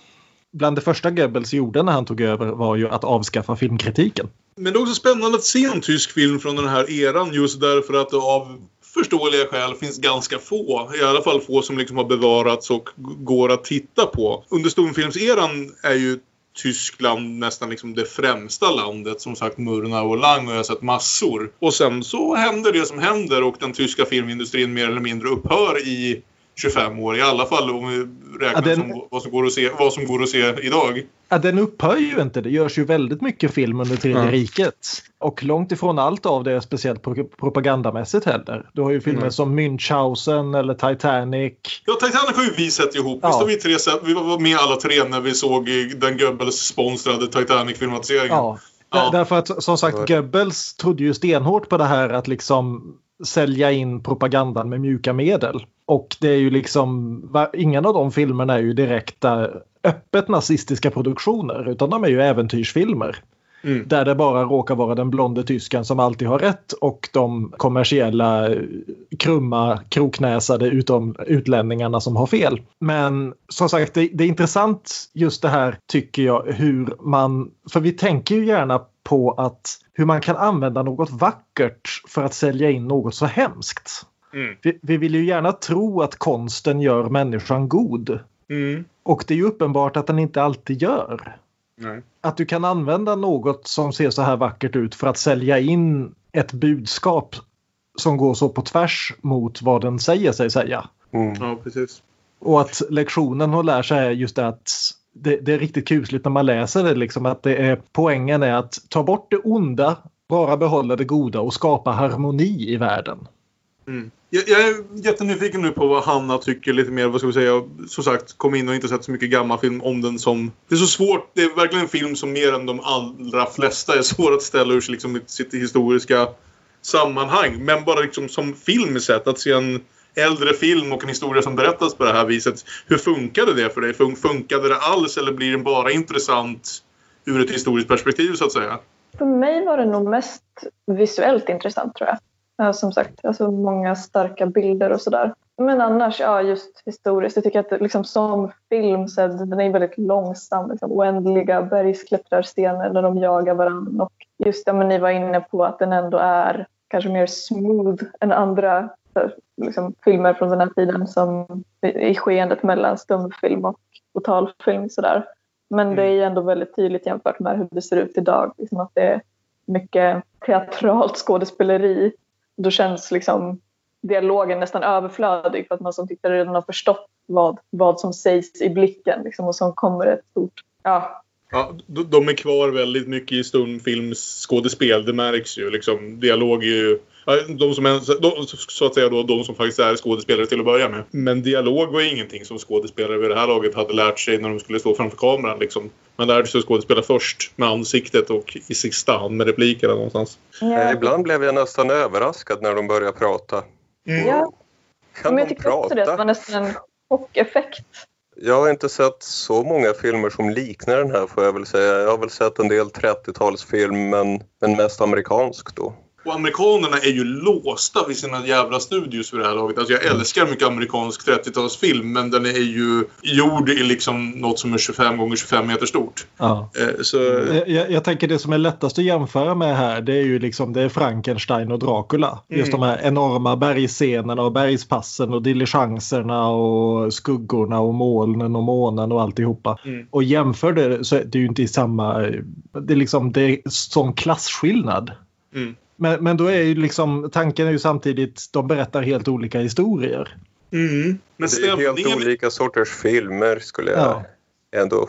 Bland det första Goebbels gjorde när han tog över var ju att avskaffa filmkritiken. Men det är också spännande att se en tysk film från den här eran just därför att det av förståeliga skäl finns ganska få, i alla fall få som liksom har bevarats och går att titta på. Under storfilmseran är ju Tyskland nästan liksom det främsta landet, som sagt Murnau och Lang, och jag har sett massor. Och sen så händer det som händer och den tyska filmindustrin mer eller mindre upphör i tjugofem år, i alla fall om vi räknar ja, den, som vad som går att se, vad som går att se idag. Ja, den upphör ju inte. Det görs ju väldigt mycket film under Tredje mm. riket. Och långt ifrån allt av det är speciellt propagandamässigt heller. Du har ju filmer mm. som Münchhausen eller Titanic. Ja, Titanic har ju vi sett ihop. Ja. Visst, vi, tre, vi var med alla tre när vi såg den Goebbels-sponsrade Titanic-filmatiseringen. Ja. Ja. Därför att som sagt Goebbels trodde ju stenhårt på det här att liksom sälja in propagandan med mjuka medel. Och det är ju liksom, ingen av de filmerna är ju direkta öppet nazistiska produktioner, utan de är ju äventyrsfilmer. Mm. Där det bara råkar vara den blonde tyskan som alltid har rätt och de kommersiella krumma, kroknäsade utom utlänningarna som har fel. Men som sagt, det, det är intressant just det här tycker jag, hur man, för vi tänker ju gärna på att hur man kan använda något vackert för att sälja in något så hemskt. Mm. Vi, vi vill ju gärna tro att konsten gör människan god. Mm. Och det är ju uppenbart att den inte alltid gör. Nej. Att du kan använda något som ser så här vackert ut för att sälja in ett budskap som går så på tvärs mot vad den säger sig säga. Mm. Ja, precis. Och att lektionen hon lär sig är just det att det, det är riktigt kusligt när man läser det. Liksom, att det är, poängen är att ta bort det onda, bara behålla det goda och skapa harmoni i världen. Mm. Jag, jag är jättenyfiken nu på vad Hanna tycker lite mer, vad ska vi säga, som sagt, kom in och inte sett så mycket gammal film om den som, det är så svårt, det är verkligen en film som mer än de allra flesta är svår att ställa ur liksom, sitt historiska sammanhang, men bara liksom som filmsätt, att se en äldre film och en historia som berättas på det här viset, hur funkade det för dig? Fun- funkade det alls eller blir den bara intressant ur ett historiskt perspektiv så att säga? För mig var det nog mest visuellt intressant tror jag. Ja, som sagt, alltså många starka bilder och sådär. Men annars, ja just historiskt. Jag tycker att liksom, som film så den är väldigt långsam. Liksom, oändliga bergsklättrarscener när de jagar varandra. Och just det, men ni var inne på att den ändå är kanske mer smooth än andra liksom, filmer från den här tiden. Som i skeendet mellan stumfilm och totalfilm. Sådär. Men mm. det är ändå väldigt tydligt jämfört med hur det ser ut idag. Liksom, att det är mycket teatralt skådespeleri. Då känns liksom dialogen nästan överflödig för att man som tittare redan har förstått vad, vad som sägs i blicken. Liksom, och som kommer ett stort... Ja. Ja, de är kvar väldigt mycket i stumfilmsskådespel, det märks ju. Liksom, dialog är ju... De som är, de, så att säga då, de som faktiskt är skådespelare till att börja med. Men dialog var ingenting som skådespelare vid det här laget hade lärt sig när de skulle stå framför kameran. Liksom. Man lärde sig att skådespela först med ansiktet och i sista hand med replikerna någonstans. Ja. Ibland blev jag nästan överraskad när de började prata. Mm. Ja, kan men jag tycker också det, det var nästan en chockeffekt. Jag har inte sett så många filmer som liknar den här får jag väl säga. Jag har väl sett en del trettiotalsfilm men, men mest amerikansk då. Och amerikanerna är ju låsta vid sina jävla studios vid det här laget. Alltså jag älskar mycket amerikansk trettiotalsfilm, men den är ju gjord i liksom något som är tjugofem gånger tjugofem meter stort. Ja. Eh, så... jag, jag tänker det som är lättast att jämföra med här, det är ju liksom det är Frankenstein och Dracula. Mm. Just de här enorma bergsscenerna och bergspassen och diligenserna och skuggorna och molnen och månen och alltihopa. Mm. Och jämför det så är det ju inte i samma... Det är liksom det är sån klasskillnad. Mm. Men, men då är ju liksom, tanken är ju samtidigt, de berättar helt olika historier. Mm. Men det är helt olika sorters filmer skulle jag ja. ändå...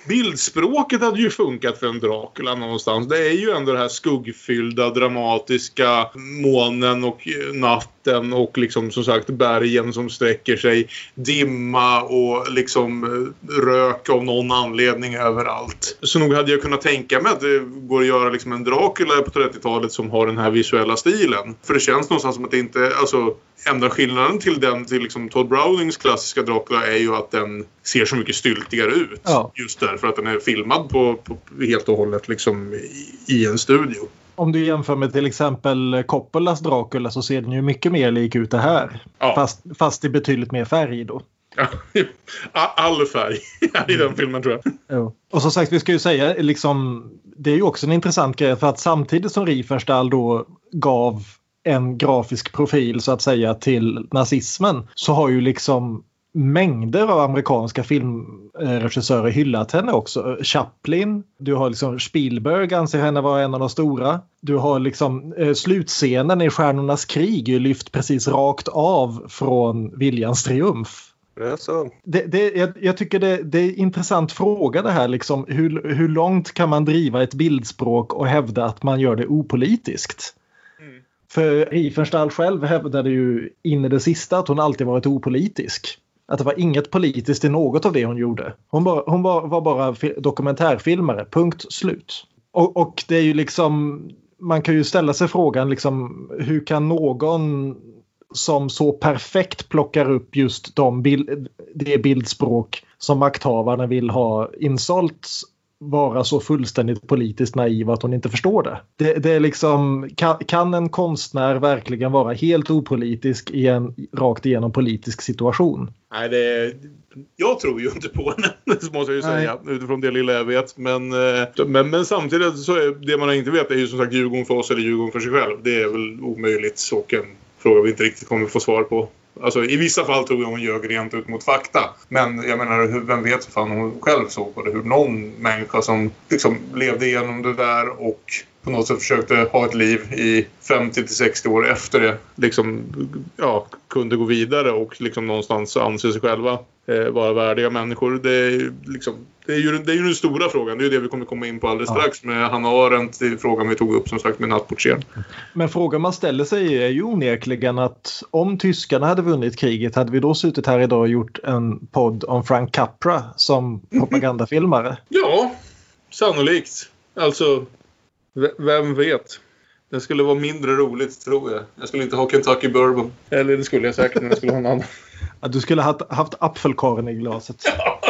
bildspråket hade ju funkat för en Dracula någonstans. Det är ju ändå det här skuggfyllda, dramatiska månen och natten och liksom som sagt bergen som sträcker sig, dimma och liksom rök av någon anledning överallt. Så nog hade jag kunnat tänka mig att det går att göra liksom en Dracula på trettiotalet som har den här visuella stilen. För det känns någonstans som att det inte, alltså enda skillnaden till den, till liksom Todd Brownings klassiska Dracula är ju att den ser så mycket styltigare ut. Ja. Just därför att den är filmad på, på helt och hållet liksom i, i en studio. Om du jämför med till exempel Coppolas Dracula så ser den ju mycket mer lik ut det här. Ja. Fast, fast i betydligt mer färg då. Ja, all färg i den filmen tror jag. Ja. Och som sagt, vi ska ju säga liksom, det är ju också en intressant grej för att samtidigt som Riefenstahl då gav en grafisk profil så att säga till nazismen så har ju liksom mängder av amerikanska filmregissörer hyllat henne också. Chaplin, du har liksom Spielberg anser henne vara en av de stora. Du har liksom eh, slutscenen i Stjärnornas krig är lyft precis rakt av från Viljans triumf. Det det, det, jag, jag tycker det, det är en intressant fråga det här liksom, hur, hur långt kan man driva ett bildspråk och hävda att man gör det opolitiskt? Mm. För Riefenstahl själv hävdade ju in i det sista att hon alltid varit opolitisk. Att det var inget politiskt i något av det hon gjorde. Hon, bara, hon var, var bara dokumentärfilmare, punkt slut. Och, och det är ju liksom, man kan ju ställa sig frågan liksom, hur kan någon som så perfekt plockar upp just de bild, det bildspråk som makthavarna vill ha insålt vara så fullständigt politiskt naiv att hon inte förstår det. Det, det är liksom, kan, kan en konstnär verkligen vara helt opolitisk i en rakt igenom politisk situation? Nej, det, jag tror ju inte på henne, det måste jag ju säga, Nej. utifrån det lilla jag vet. Men, men, men samtidigt så är det man inte vet är ju som sagt ljugon för oss eller ljugon för sig själv. Det är väl omöjligt och en fråga vi inte riktigt kommer få svar på. Alltså i vissa fall tror jag hon ljög rent ut mot fakta. Men jag menar, hur, vem vet fan hon själv såg på det. Hur någon människa som liksom levde igenom det där och på något sätt försökte ha ett liv i femtio till sextio år efter det. Liksom, ja, kunde gå vidare och liksom någonstans anse sig själva eh, vara värdiga människor. Det är, liksom, det, är ju, det är ju den stora frågan. Det är ju det vi kommer komma in på alldeles ja. strax med Hanna Arendt. Det är frågan vi tog upp som sagt med Nattportieren. Men frågan man ställer sig är ju onekligen att om tyskarna hade vunnit kriget hade vi då suttit här idag och gjort en podd om Frank Capra som propagandafilmare? Ja, sannolikt. Alltså, v- vem vet? Det skulle vara mindre roligt tror jag. Jag skulle inte ha Kentucky Bourbon. Eller det skulle jag säkert när jag skulle ha en annan. Ja, du skulle ha haft apfelkorn i glaset.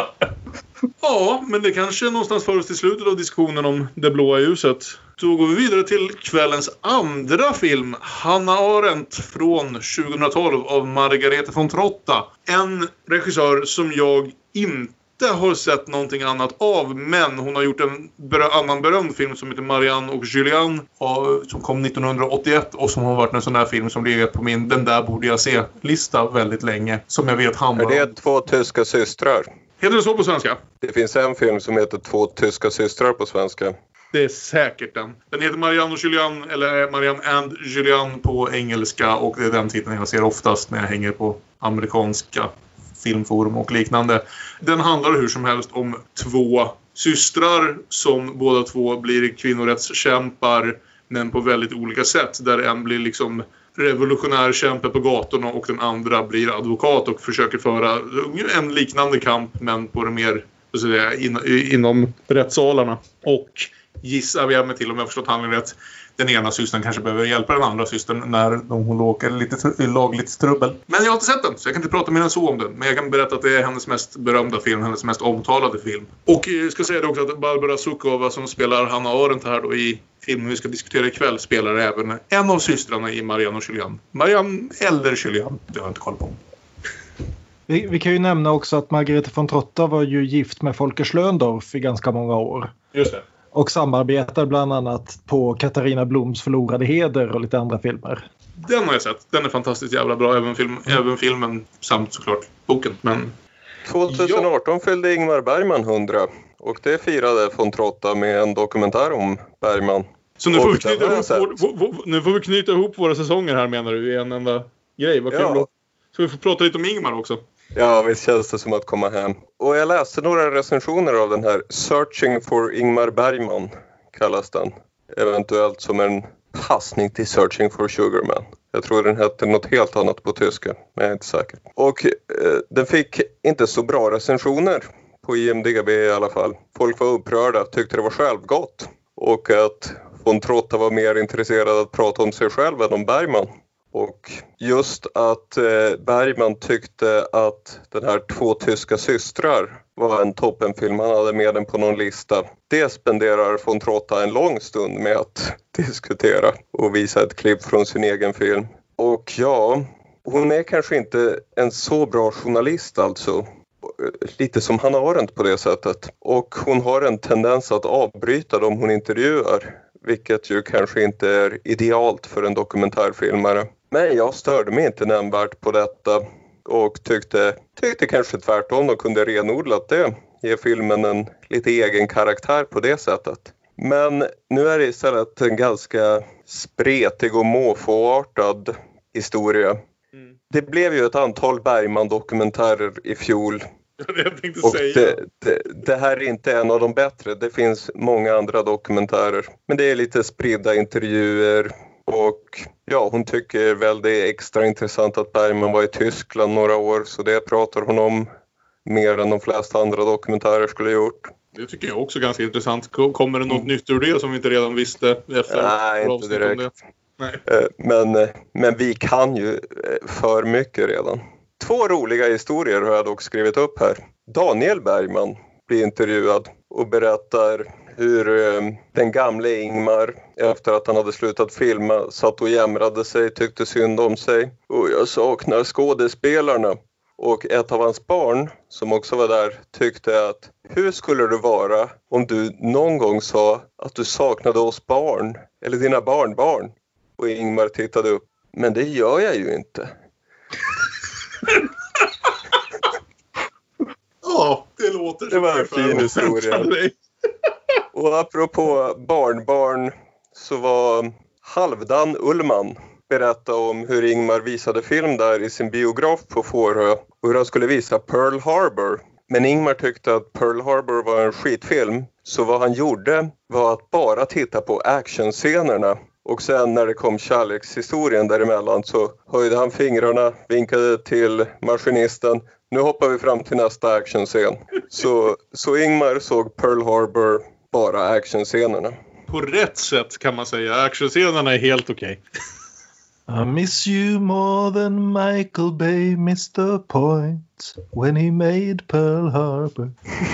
Ja, men det kanske någonstans för oss till slutet av diskussionen om det blåa ljuset. Då går vi vidare till kvällens andra film, Hanna Arendt från tjugohundratolv av Margarete von Trotta. En regissör som jag inte har sett någonting annat av, men hon har gjort en ber- annan berömd film som heter Marianne och Julian och, som kom nittonhundraåttioett och som har varit en sån här film som legat på min den där borde jag se-lista väldigt länge, som jag vet handlar om. Är det Två tyska systrar? Heter det så på svenska? Det finns en film som heter Två tyska systrar på svenska. Det är säkert den. Den heter Marianne och Julian, eller Marianne and Julian på engelska, och det är den titeln jag ser oftast när jag hänger på amerikanska filmforum och liknande. Den handlar hur som helst om två systrar som båda två blir kvinnorättskämpar, men på väldigt olika sätt. Där en blir liksom revolutionär kämpe på gatorna och den andra blir advokat och försöker föra en liknande kamp, men på det mer så att säga, in, inom rättssalarna. Och gissar vi med till, om jag förstått handlingen rätt, den ena systern kanske behöver hjälpa den andra systern när hon åker lite i lagligt trubbel. Men jag har inte sett den, så jag kan inte prata mer än så om den. Men jag kan berätta att det är hennes mest berömda film, hennes mest omtalade film. Och jag ska säga det också att Barbara Suckova som spelar Hanna Arendt här då i filmen vi ska diskutera ikväll spelar även en av systrarna i Marianne och Julian. Marianne eller Julian, det har jag inte koll på. Vi, vi kan ju nämna också att Margarete von Trotta var ju gift med Folke Schlöndorff i ganska många år. Just det. Och samarbetar bland annat på Katarina Bloms Förlorade heder och lite andra filmer. Den har jag sett. Den är fantastiskt jävla bra. Även, film, mm. även filmen samt såklart boken. Men... tjugoarton ja. Fyllde Ingmar Bergman hundra. Och det firade von Trotta med en dokumentär om Bergman. Så nu får, vi knyta ihop vår, vår, vår, nu får vi knyta ihop våra säsonger här menar du i en enda grej. Vad kul ja. då. Så vi får prata lite om Ingmar också. Ja, visst känns det som att komma hem. Och jag läste några recensioner av den här Searching for Ingmar Bergman kallas den. Eventuellt som en passning till Searching for Sugarman. Jag tror den hette något helt annat på tyska, men jag är inte säker. Och eh, den fick inte så bra recensioner på I M D B i alla fall. Folk var upprörda, tyckte det var självgott. Och att von Trotta var mer intresserad att prata om sig själv än om Bergman. Och just att eh, Bergman tyckte att den här Två tyska systrar var en toppenfilm. Han hade med den på någon lista. Det spenderar von Trotta en lång stund med att diskutera och visa ett klipp från sin egen film. Och ja, hon är kanske inte en så bra journalist alltså. Lite som Hannah Arendt på det sättet. Och hon har en tendens att avbryta dem hon intervjuar. Vilket ju kanske inte är idealt för en dokumentärfilmare. Men jag störde mig inte nämnvärt på detta. Och tyckte, tyckte kanske tvärtom de kunde renodlat det. Ge filmen en lite egen karaktär på det sättet. Men nu är det istället en ganska spretig och måfåartad historia. Mm. Det blev ju ett antal Bergman-dokumentärer i fjol. Jag tänkte och säga. Det, det, det här är inte en av de bättre. Det finns många andra dokumentärer. Men det är lite spridda intervjuer. Och ja, hon tycker väl det är extra intressant att Bergman var i Tyskland några år. Så det pratar hon om mer än de flesta andra dokumentärer skulle ha gjort. Det tycker jag också är ganska intressant. Kommer det något mm. nytt ur det som vi inte redan visste efter? Nej, inte direkt. Nej. Men, men vi kan ju för mycket redan. Två roliga historier har jag dock skrivit upp här. Daniel Bergman blir intervjuad och berättar hur den gamle Ingmar, efter att han hade slutat filma, satt och jämrade sig, tyckte synd om sig. Och jag saknar skådespelarna. Och ett av hans barn, som också var där, tyckte att hur skulle det vara om du någon gång sa att du saknade oss barn, eller dina barnbarn? Och Ingmar tittade upp. Men det gör jag ju inte. Ja, det låter det var en fin historia. Och apropå barnbarn så var Halvdan Ullman berätta om hur Ingmar visade film där i sin biograf på Fårö och hur han skulle visa Pearl Harbor. Men Ingmar tyckte att Pearl Harbor var en skitfilm, så vad han gjorde var att bara titta på actionscenerna. Och sen när det kom kärlekshistorien däremellan så höjde han fingrarna, vinkade till maskinisten. Nu hoppar vi fram till nästa actionscen. Så, så Ingmar såg Pearl Harbor bara actionscenerna. På rätt sätt kan man säga. Actionscenerna är helt okej. Okay. I miss you more than Michael Bay missed the point when he made Pearl Harbor.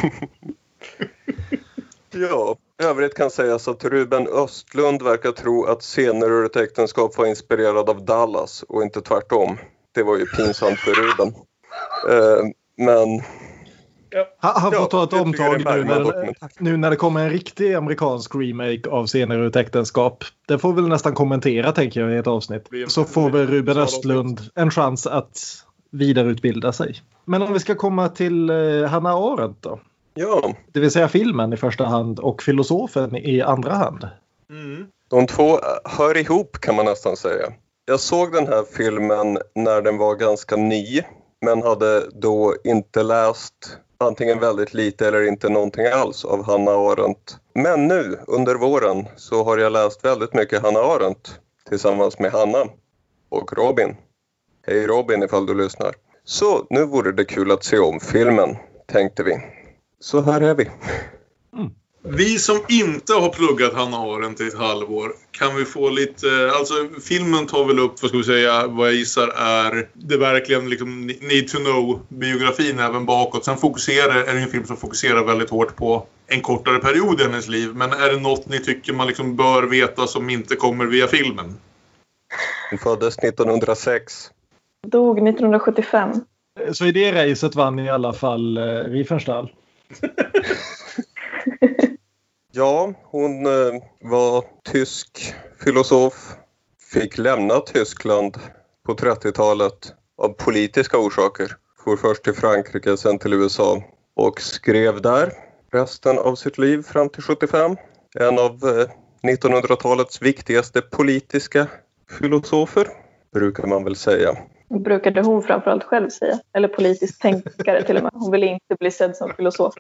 Ja, övrigt kan sägas att Ruben Östlund verkar tro att scener ur ett äktenskap var inspirerad av Dallas och inte tvärtom. Det var ju pinsamt för Ruben. Uh, men... Ja. Han får ja, ta ett omtag nu när, nu när det kommer en riktig amerikansk remake av scener ur ett äktenskap. Det får väl nästan kommentera, tänker jag, i ett avsnitt. Så får väl Ruben Östlund en chans att vidareutbilda sig. Men om vi ska komma till eh, Hannah Arendt då. Ja. Det vill säga filmen i första hand och filosofen i andra hand. Mm. De två hör ihop, kan man nästan säga. Jag såg den här filmen när den var ganska ny, men hade då inte läst antingen väldigt lite eller inte någonting alls av Hannah Arendt. Men nu under våren så har jag läst väldigt mycket Hannah Arendt tillsammans med Hanna och Robin. Hej Robin, ifall du lyssnar. Så nu vore det kul att se om filmen, tänkte vi. Så här är vi. Mm. Vi som inte har pluggat Hannah Arendt i ett halvår, kan vi få lite... Alltså filmen tar väl upp, vad ska vi säga, vad jag gissar är det verkligen liksom need to know-biografin även bakåt. Sen fokuserar, är det en film som fokuserar väldigt hårt på en kortare period i hennes liv. Men är det något ni tycker man liksom bör veta som inte kommer via filmen? Hon föddes nittonhundrasex. Dog nittonhundrasjuttiofem. Så i det racet vann i alla fall eh, Riefenstahl. Ja, hon eh, var tysk filosof. Fick lämna Tyskland på trettiotalet av politiska orsaker. For först till Frankrike, sen till U S A. Och skrev där resten av sitt liv fram till sjuttiofem. En av eh, nittonhundratalets viktigaste politiska filosofer, brukar man väl säga. brukade hon framförallt själv säga. Eller politiskt tänkare till och med. Hon ville inte bli sedd som filosof.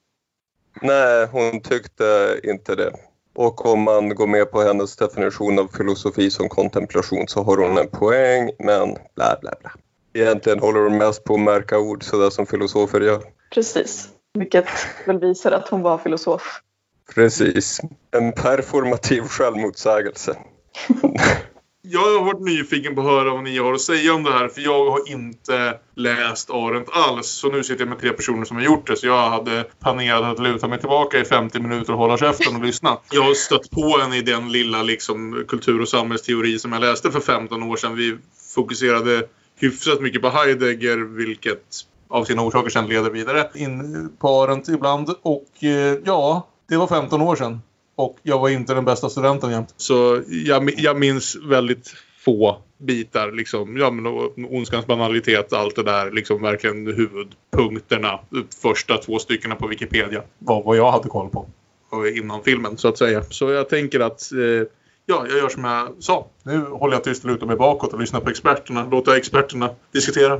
Nej, hon tyckte inte det. Och om man går med på hennes definition av filosofi som kontemplation så har hon en poäng, men bla bla bla. Egentligen håller hon mest på att märka ord sådär som filosofer gör. Precis, vilket väl visar att hon var filosof. Precis, en performativ självmotsägelse. Jag har varit nyfiken på att höra vad ni har att säga om det här. För jag har inte läst Arendt alls. Så nu sitter jag med tre personer som har gjort det. Så jag hade planerat att luta mig tillbaka i femtio minuter och hålla käften och lyssna. Jag har stött på en i den lilla liksom, kultur- och samhällsteori som jag läste för femton år sedan. Vi fokuserade hyfsat mycket på Heidegger, vilket av sina orsaker sedan leder vidare in på Arendt ibland. Och eh, ja, det var femton år sedan. Och jag var inte den bästa studenten jämt. Så jag, jag minns väldigt få bitar. Liksom, ja, men, ondskans banalitet, allt det där. Liksom, verkligen huvudpunkterna. Första två styckena på Wikipedia. Var vad jag hade koll på. Innan filmen, så att säga. Så jag tänker att... Eh, ja, jag gör som jag sa. Nu håller jag tyst och lutar mig bakåt och lyssnar på experterna. Låter experterna diskutera.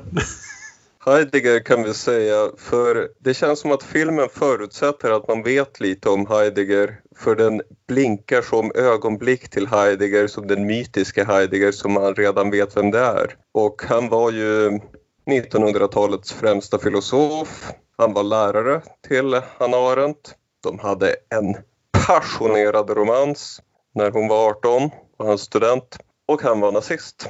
Heidegger kan vi säga, för det känns som att filmen förutsätter att man vet lite om Heidegger, för den blinkar som ögonblick till Heidegger, som den mytiska Heidegger som man redan vet vem det är. Och han var ju nittonhundratalets främsta filosof, han var lärare till Hannah Arendt. De hade en passionerad romans när hon var arton och han student, och han var nazist.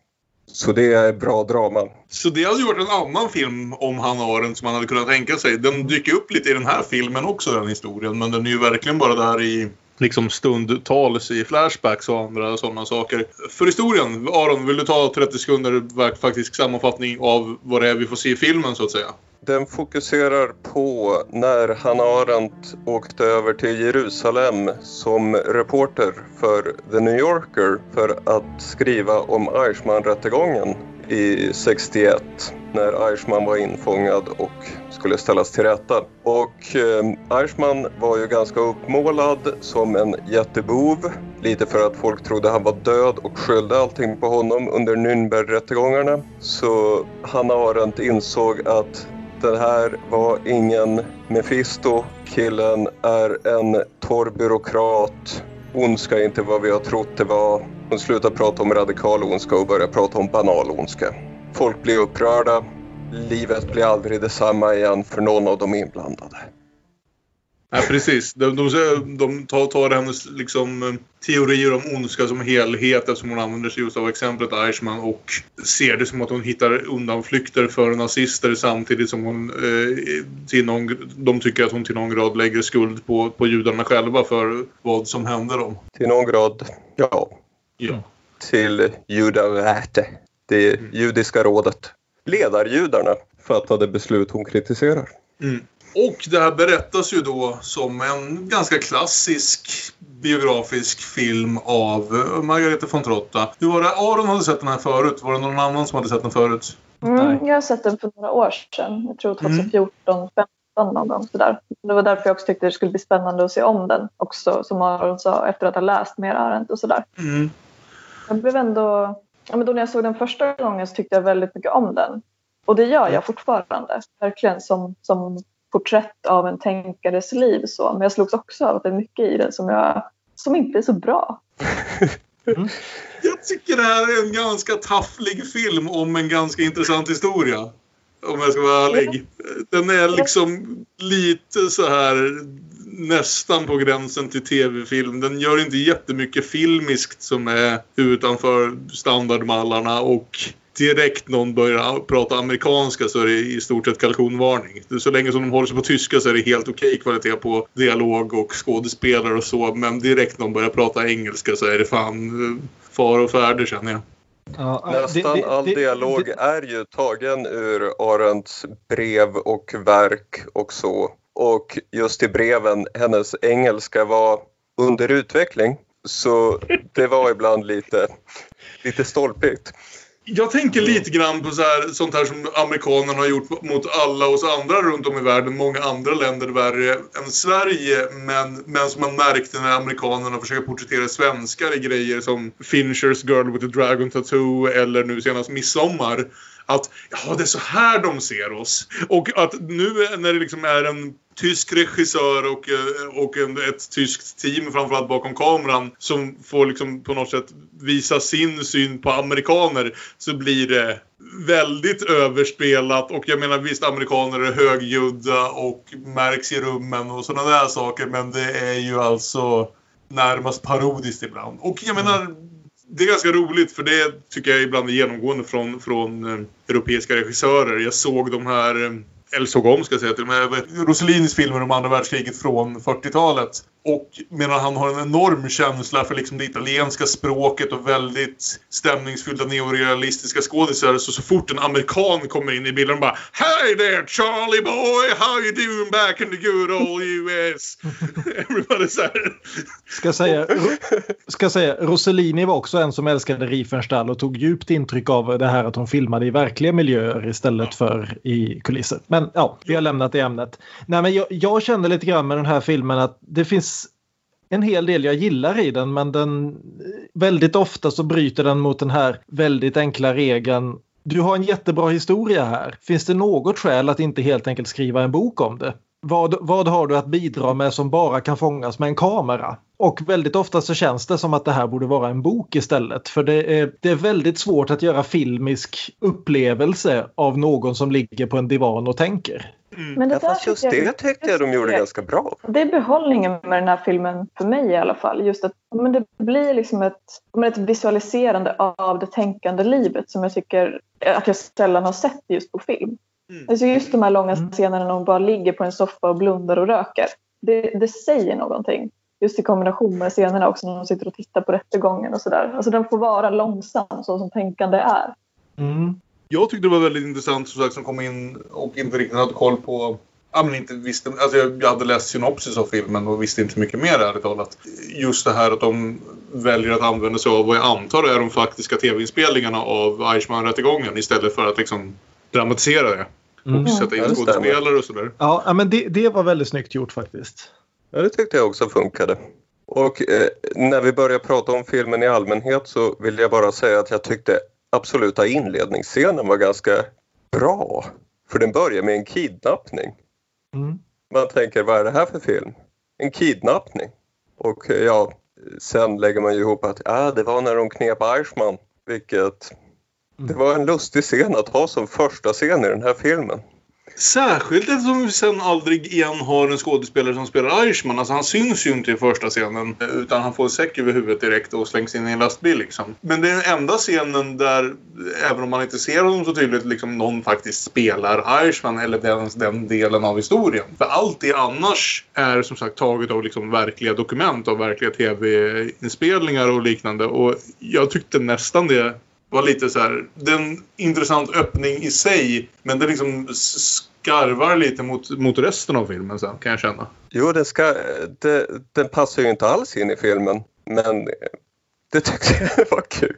Så det är bra drama. Så det hade ju varit en annan film om Hannah Arendt som man hade kunnat tänka sig. Den dyker upp lite i den här filmen också, den historien. Men den är ju verkligen bara där i liksom stundtals i flashbacks och andra sådana saker. För historien, Aron, vill du ta trettio sekunder faktisk sammanfattning av vad det är vi får se i filmen så att säga? Den fokuserar på när Hannah Arendt åkte över till Jerusalem som reporter för The New Yorker för att skriva om Eichmann-rättegången i sextioett när Eichmann var infångad och skulle ställas till rätta. Och eh, Eichmann var ju ganska uppmålad som en jättebov, lite för att folk trodde han var död och skyllde allting på honom under Nürnberg-rättegångarna. Så Hannah Arendt insåg att det här var ingen Mephisto, killen är en torr byråkrat, ondska är inte vad vi har trott det var. Hon slutar prata om radikal ondska och börjar prata om banal ondska. Folk blir upprörda, livet blir aldrig detsamma igen för någon av de inblandade. Ja, precis. De, de, de tar, tar hennes liksom, teorier om ondska som helhet eftersom hon använder sig just av exemplet Eichmann och ser det som att hon hittar undanflykter för nazister samtidigt som hon eh, till någon, de tycker att hon till någon grad lägger skuld på, på judarna själva för vad som hände dem. Till någon grad, ja. Ja. Till Judaväte, det mm. judiska rådet. Ledarjudarna fattade beslut hon kritiserar. Mm. Och det här berättas ju då som en ganska klassisk biografisk film av Margareta von Trotta. Hur var det? Aron hade sett den här förut. Var det någon annan som hade sett den förut? Mm, jag har sett den för några år sedan. Jag tror tjugohundrafjorton femton någon gång sådär. Det var därför jag också tyckte det skulle bli spännande att se om den också, som Aron sa, efter att ha läst mer Arendt och sådär. Mm. Jag blev ändå... Ja, men då när jag såg den första gången så tyckte jag väldigt mycket om den. Och det gör jag fortfarande. Verkligen som... som porträtt av en tänkares liv så. Men jag slogs också av att det är mycket i den som, jag, som inte är så bra. Mm. Jag tycker det här är en ganska tafflig film om en ganska intressant historia. Om jag ska vara ärlig. Den är liksom lite så här nästan på gränsen till tv-film. Den gör inte jättemycket filmiskt som är utanför standardmallarna och direkt någon börjar prata amerikanska så är det i stort sett kalkonvarning. Så länge som de håller sig på tyska så är det helt okej kvalitet på dialog och skådespelare och så. Men direkt någon börjar prata engelska så är det fan far och färder känner jag. Ja, nästan det, det, all dialog det, är ju tagen ur Arendts brev och verk och så. Och just i breven, hennes engelska var under utveckling. Så det var ibland lite, lite stolpigt. Jag tänker lite grann på så här, sånt här som amerikanerna har gjort mot alla oss andra runt om i världen. Många andra länder värre än Sverige. Men, men som man märkte när amerikanerna försöker porträttera svenskar i grejer som Finchers Girl with a Dragon Tattoo eller nu senast Midsommar. Att ja, det är så här de ser oss. Och att nu när det liksom är en tysk regissör och, och en, ett tyskt team framförallt bakom kameran som får liksom på något sätt visa sin syn på amerikaner, så blir det väldigt överspelat. Och jag menar visst, amerikaner är högljudda och märks i rummen och sådana där saker, men det är ju alltså närmast parodiskt ibland. Och jag menar, det är ganska roligt, för det tycker jag ibland är genomgående från, från eh, europeiska regissörer. Jag såg de här, eh, eller såg om ska jag säga till och med, Rossellinis filmer om andra världskriget från fyrtiotalet. Och medan han har en enorm känsla för liksom det italienska språket och väldigt stämningsfyllda neorealistiska skådisar, så så fort en amerikan kommer in i bilden bara "Hey there Charlie boy, how you doing back in the good old U S?" Everybody så här. Ska säga, ska säga, Rossellini var också en som älskade Riefenstahl och tog djupt intryck av det här att hon filmade i verkliga miljöer istället för i kulisser. Men ja, vi har lämnat det ämnet. Nej, men jag, jag kände lite grann med den här filmen att det finns en hel del jag gillar i den, men den väldigt ofta så bryter den mot den här väldigt enkla regeln. Du har en jättebra historia här. Finns det något skäl att inte helt enkelt skriva en bok om det? Vad, vad har du att bidra med som bara kan fångas med en kamera? Och väldigt ofta så känns det som att det här borde vara en bok istället. För det är, det är väldigt svårt att göra filmisk upplevelse av någon som ligger på en divan och tänker. Mm. Men det ja, fast just det jag, tyckte jag de gjorde det, ganska bra. Det är behållningen med den här filmen för mig i alla fall. Just att men det blir liksom ett, men ett visualiserande av det tänkande livet som jag tycker att jag sällan har sett just på film. Mm. Alltså just de här långa scenerna när hon bara ligger på en soffa och blundar och röker. Det, det säger någonting. Just i kombination med scenerna också när de sitter och tittar på rättegången och sådär. Alltså den får vara långsam så som tänkande är. Mm. Jag tyckte det var väldigt intressant som sagt som kom in och inte riktigt hade koll på. Ja, men inte visste, alltså jag, jag hade läst synopsis av filmen och visste inte mycket mer ärligt talat. Just det här att de väljer att använda sig av vad jag antar är de faktiska tv-inspelningarna av Eichmann-rättegången istället för att liksom dramatisera det. Mm. Och sätta in skådespelare och sådär. Ja, men det, det var väldigt snyggt gjort faktiskt. Ja, det tyckte jag också funkade. Och eh, när vi börjar prata om filmen i allmänhet så vill jag bara säga att jag tyckte absoluta inledningsscenen var ganska bra. För den börjar med en kidnappning. Mm. Man tänker, vad är det här för film? En kidnappning. Och ja, sen lägger man ju ihop att ah, det var när de knep Eichmann. Vilket, mm. det var en lustig scen att ha som första scen i den här filmen. Särskilt eftersom vi sen aldrig igen har en skådespelare som spelar Eichmann. Alltså han syns ju inte i första scenen. Utan han får en säck över huvudet direkt och slängs in i en lastbil liksom. Men det är den enda scenen där, även om man inte ser honom så tydligt, liksom någon faktiskt spelar Eichmann eller den, den delen av historien. För allt det annars är som sagt taget av liksom verkliga dokument, av verkliga tv-inspelningar och liknande. Och jag tyckte nästan det var lite så här, den intressant öppning i sig, men det liksom skarvar lite mot, mot resten av filmen sen, kan jag känna. Jo, det ska, det, den passar ju inte alls in i filmen, men det tyckte jag var kul.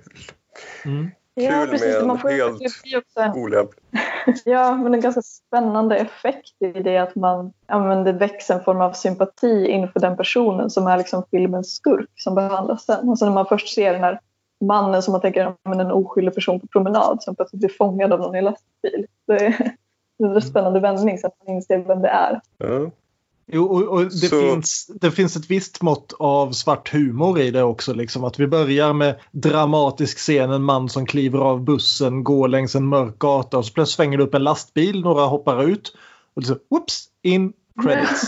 Mm. Kul ja, precis, med man får helt också olämplig. Ja, men en ganska spännande effekt i det att man använder växer en form av sympati inför den personen som är liksom filmens skurk som behandlas sen. Och så när man först ser den här mannen som man tänker är en oskyldig person på promenad som plötsligt blir fångad av någon i lastbil. Det är en spännande vändning så att man inser vem det är. Ja. Jo, och, och det, finns, det finns ett visst mått av svart humor i det också. Liksom. Att vi börjar med dramatisk scen, en man som kliver av bussen, går längs en mörk gata och så plötsligt svänger det upp en lastbil, några hoppar ut och så, whoops, in credits.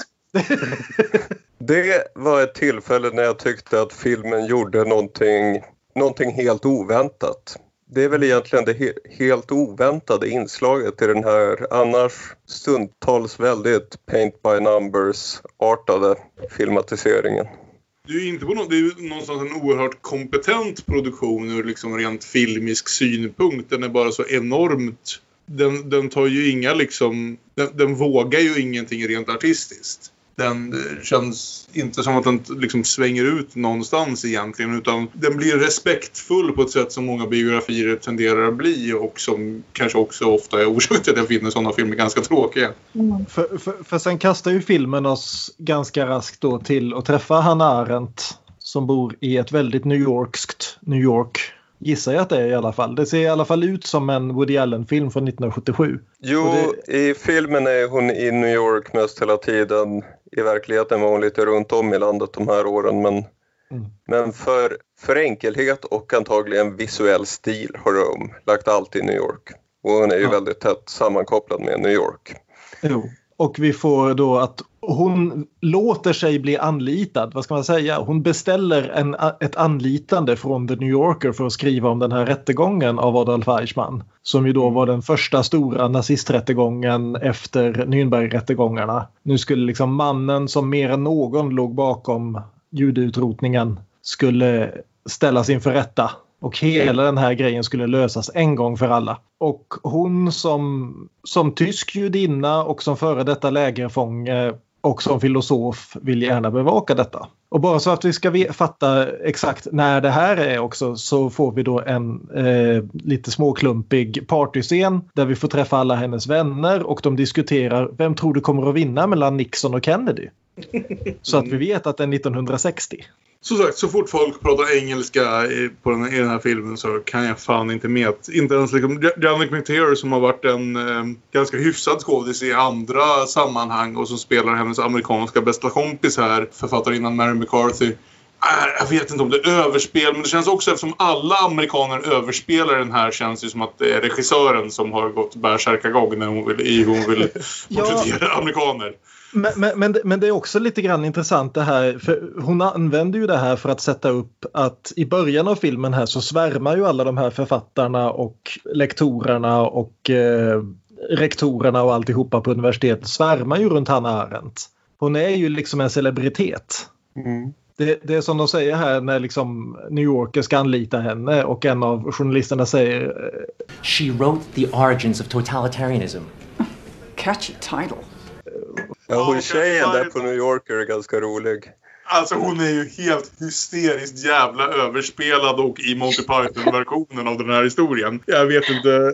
Det var ett tillfälle när jag tyckte att filmen gjorde någonting, någonting helt oväntat. Det är väl egentligen det he- helt oväntade inslaget i den här annars stundtals väldigt paint by numbers-artade filmatiseringen. Det är ju inte på något, det är ju någonstans en oerhört kompetent produktion ur liksom rent filmisk synpunkt. Den är bara så enormt, den, den tar ju inga liksom, den, den vågar ju ingenting rent artistiskt. Den känns inte som att den liksom svänger ut någonstans egentligen, utan den blir respektfull på ett sätt som många biografier tenderar att bli, och som kanske också ofta är orsak till att jag finner sådana filmer ganska tråkiga. Mm. För, för, för sen kastar ju filmen oss ganska raskt då till att träffa Hannah Arendt som bor i ett väldigt New Yorkskt New York. Gissar jag att det är i alla fall. Det ser i alla fall ut som en Woody Allen-film från nittonhundrasjuttiosju. Jo, det... i filmen är hon i New York mest hela tiden. I verkligheten var hon lite runt om i landet de här åren. Men, mm. men för, för enkelhet och antagligen visuell stil har de lagt allt i New York. Och hon är ju ja. väldigt tätt sammankopplad med New York. Jo. Och vi får då att hon låter sig bli anlitad, vad ska man säga? Hon beställer en, ett anlitande från The New Yorker för att skriva om den här rättegången av Adolf Eichmann. Som ju då var den första stora nazisträttegången efter Nürnbergrättegångarna. Nu skulle liksom mannen som mer än någon låg bakom judeutrotningen skulle ställas inför rätta. Och hela den här grejen skulle lösas en gång för alla. Och hon som, som tysk judinna och som före detta lägerfånge och som filosof vill gärna bevaka detta. Och bara så att vi ska fatta exakt när det här är också, så får vi då en eh, lite småklumpig partyscen där vi får träffa alla hennes vänner och de diskuterar vem tror du kommer att vinna mellan Nixon och Kennedy. Så att vi vet att det är nittonhundrasextio. Så sagt, så fort folk pratar engelska i, på den, i den här filmen så kan jag fan inte med. Inte ens liksom Janet McTeer som har varit en eh, ganska hyfsad skådis i andra sammanhang och som spelar hennes amerikanska bästa kompis här, författarinnan Mary McCarthy. Äh, jag vet inte om det är överspel, men det känns också, eftersom alla amerikaner överspelar den här, känns det som att det är regissören som har gått bärsärkagång när hon vill, i hon vill porträttera ja. amerikaner. Men, men, men, men det är också lite grann intressant det här, för hon använder ju det här för att sätta upp att i början av filmen här så svärmar ju alla de här författarna och lektorerna och eh, rektorerna och alltihopa på universitetet svärmar ju runt Hannah Arendt. Hon är ju liksom en celebritet. Mm. Det, det är som de säger här när liksom New Yorker ska anlita henne och en av journalisterna säger She wrote The Origins of Totalitarianism. Catchy title. Ja, hon tjejen där på New Yorker är ganska rolig. Alltså hon är ju helt hysteriskt jävla överspelad och i Monty Python-versionen av den här historien. Jag vet inte.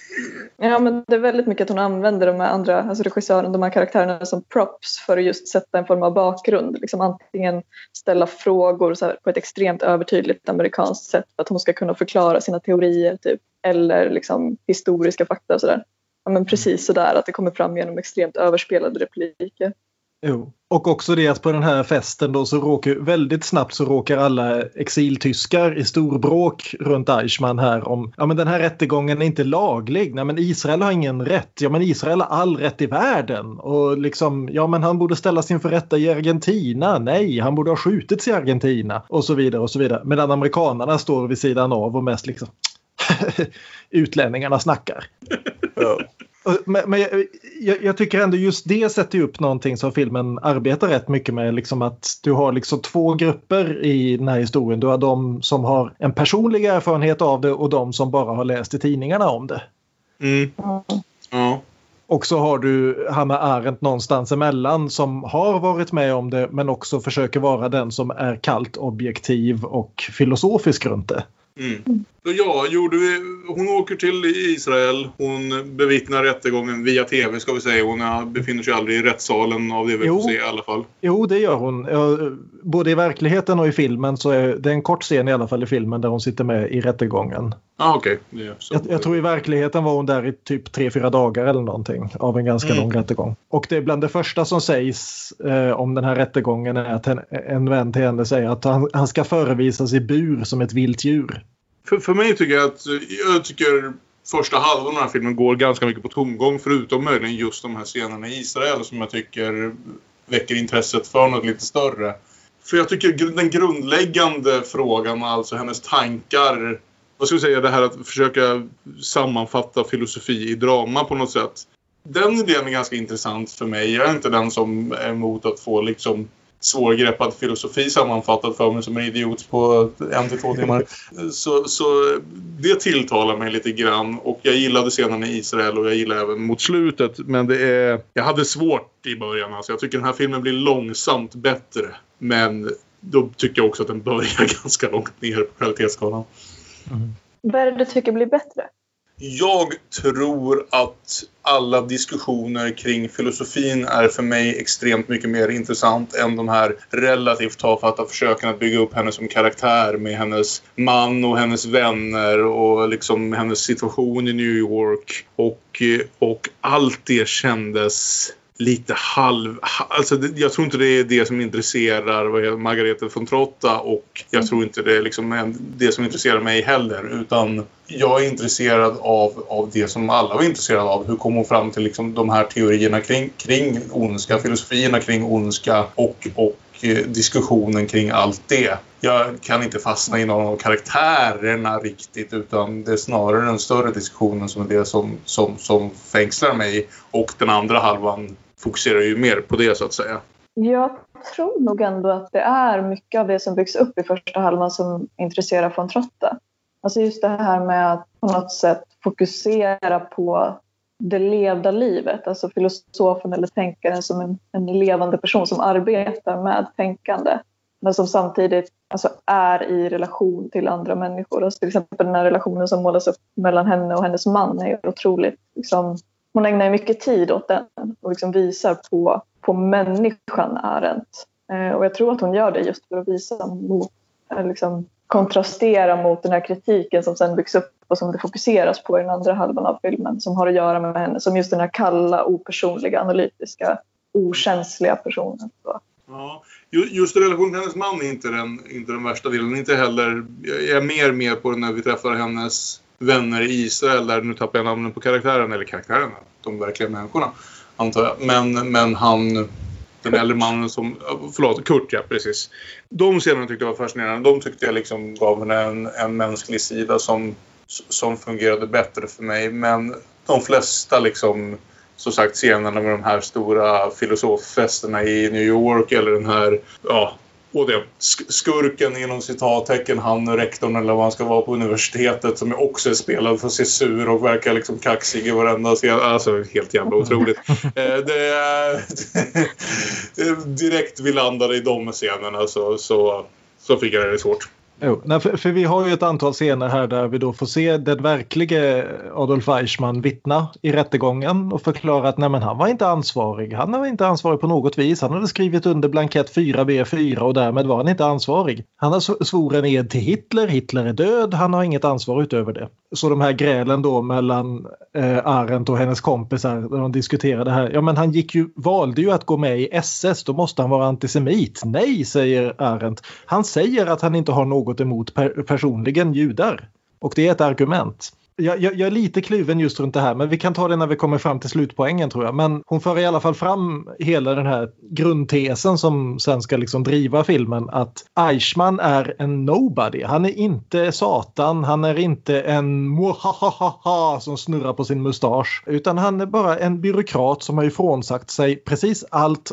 Ja, men det är väldigt mycket att hon använder de här andra, alltså regissören, de här karaktärerna som props för att just sätta en form av bakgrund. Liksom antingen ställa frågor så här, på ett extremt övertydligt amerikanskt sätt för att hon ska kunna förklara sina teorier typ. Eller liksom historiska fakta och sådär. Ja, men precis sådär att det kommer fram genom extremt överspelade repliker. Jo. Och också det att på den här festen då så råkar väldigt snabbt så råkar alla exiltyskar i storbråk runt Eichmann här om ja men den här rättegången är inte laglig. Nej men Israel har ingen rätt. Ja men Israel har all rätt i världen. Och liksom ja men han borde ställas inför rätta i Argentina. Nej, han borde ha skjutits i Argentina. Och så vidare och så vidare. Medan amerikanerna står vid sidan av och mest liksom utlänningarna snackar. Ja. Men, men jag, jag, jag tycker ändå just det sätter upp någonting som filmen arbetar rätt mycket med. Liksom att du har liksom två grupper i den här historien. Du har de som har en personlig erfarenhet av det och de som bara har läst i tidningarna om det. Mm. Ja. Och så har du Hannah Arendt någonstans emellan som har varit med om det men också försöker vara den som är kallt objektiv och filosofisk runt det. Mm. Ja, gjorde vi, hon åker till Israel, hon bevittnar rättegången via tv ska vi säga, hon befinner sig aldrig i rättssalen av det vi får se i alla fall. Jo, det gör hon. Både i verkligheten och i filmen så är det en kort scen i alla fall i filmen där hon sitter med i rättegången. Ah, okej. Okay. Jag, jag tror i verkligheten var hon där i typ tre fyra dagar eller någonting av en ganska mm. lång rättegång. Och det är bland det första som sägs eh, om den här rättegången är att en, en vän till henne säger att han, han ska förevisas i bur som ett vilt djur. För, för mig tycker jag att jag tycker första halvan av den här filmen går ganska mycket på tomgång förutom möjligen just de här scenerna i Israel som jag tycker väcker intresset för något lite större. För jag tycker den grundläggande frågan, alltså hennes tankar, vad ska jag säga, det här att försöka sammanfatta filosofi i drama på något sätt. Den idén är ganska intressant för mig. Jag är inte den som är emot att få liksom svårgreppad filosofi sammanfattad för mig som en idiot på en till två timmar. Så, så det tilltalar mig lite grann. Och jag gillade scenen i Israel och jag gillade även mot slutet. Men det är, jag hade svårt i början. Alltså jag tycker den här filmen blir långsamt bättre. Men då tycker jag också att den börjar ganska långt ner på kvalitetsskalan. Mm. Vad är det du tycker blir bättre? Jag tror att alla diskussioner kring filosofin är för mig extremt mycket mer intressant än de här relativt tafatta försöken att bygga upp henne som karaktär med hennes man och hennes vänner och liksom hennes situation i New York. Och, och allt det kändes lite halv... Alltså jag tror inte det är det som intresserar Margareta von Trotta och jag tror inte det är liksom det som intresserar mig heller, utan jag är intresserad av, av det som alla var intresserade av. Hur kommer hon fram till liksom de här teorierna kring, kring ondska, filosofierna kring ondska och, och diskussionen kring allt det. Jag kan inte fastna i någon av karaktärerna riktigt, utan det är snarare den större diskussionen som är det som, som, som fängslar mig, och den andra halvan fokuserar ju mer på det så att säga. Jag tror nog ändå att det är mycket av det som byggs upp i första halvan som intresserar von Trotta. Alltså just det här med att på något sätt fokusera på det levda livet. Alltså filosofen eller tänkaren som en, en levande person som arbetar med tänkande. Men som samtidigt alltså, är i relation till andra människor. Alltså, till exempel den här relationen som målas upp mellan henne och hennes man är otroligt... Liksom, hon ägnar mycket tid åt den och liksom visar på, på människan Arendt. Eh, och jag tror att hon gör det just för att visa mot... Eh, liksom, kontrastera mot den här kritiken som sen byggs upp och som det fokuseras på i den andra halvan av filmen, som har att göra med henne som just den här kalla, opersonliga, analytiska, okänsliga personen. Så. Ja, just relationen till hennes man är inte den, inte den värsta delen, inte heller. Jag är mer med på det när vi träffar hennes vänner i Israel, där nu tappar jag namnen på karaktären, eller karaktärerna, de verkliga människorna antar jag, men, men han... Den äldre mannen som... Förlåt, Kurt, ja, precis. De scenerna tyckte jag var fascinerande. De tyckte jag liksom gav henne en, en mänsklig sida som, som fungerade bättre för mig. Men de flesta liksom... Så sagt, scenerna med de här stora filosoffesterna i New York, eller den här... Ja, och det skurken inom citattecken, han rektorn eller vad han ska vara på universitetet, som också är spelad för att se sur och verkar liksom kaxig i varenda scen. Alltså helt jävla otroligt. det är direkt vi landade i de scenerna så, så, så fick jag det svårt. Jo, nej, för, för vi har ju ett antal scener här där vi då får se den verklige Adolf Eichmann vittna i rättegången och förklara att nej, men han var inte ansvarig. Han var inte ansvarig på något vis. Han hade skrivit under blankett fyra B fyra och därmed var han inte ansvarig. Han har svor en ed till Hitler. Hitler är död. Han har inget ansvar utöver det. Så de här grälen då mellan eh, Arendt och hennes kompisar när de diskuterade här. Ja, men han gick ju, valde ju att gå med i S S. Då måste han vara antisemit. Nej, säger Arendt. Han säger att han inte har något emot per- personligen judar. Och det är ett argument. Jag, jag, jag är lite kluven just runt det här, men vi kan ta det när vi kommer fram till slutpoängen tror jag. Men hon för i alla fall fram hela den här grundtesen som sen ska liksom driva filmen, att Eichmann är en nobody. Han är inte Satan, han är inte en mohahaha som snurrar på sin mustasch, utan han är bara en byråkrat som har ju frånsagt sig precis allt.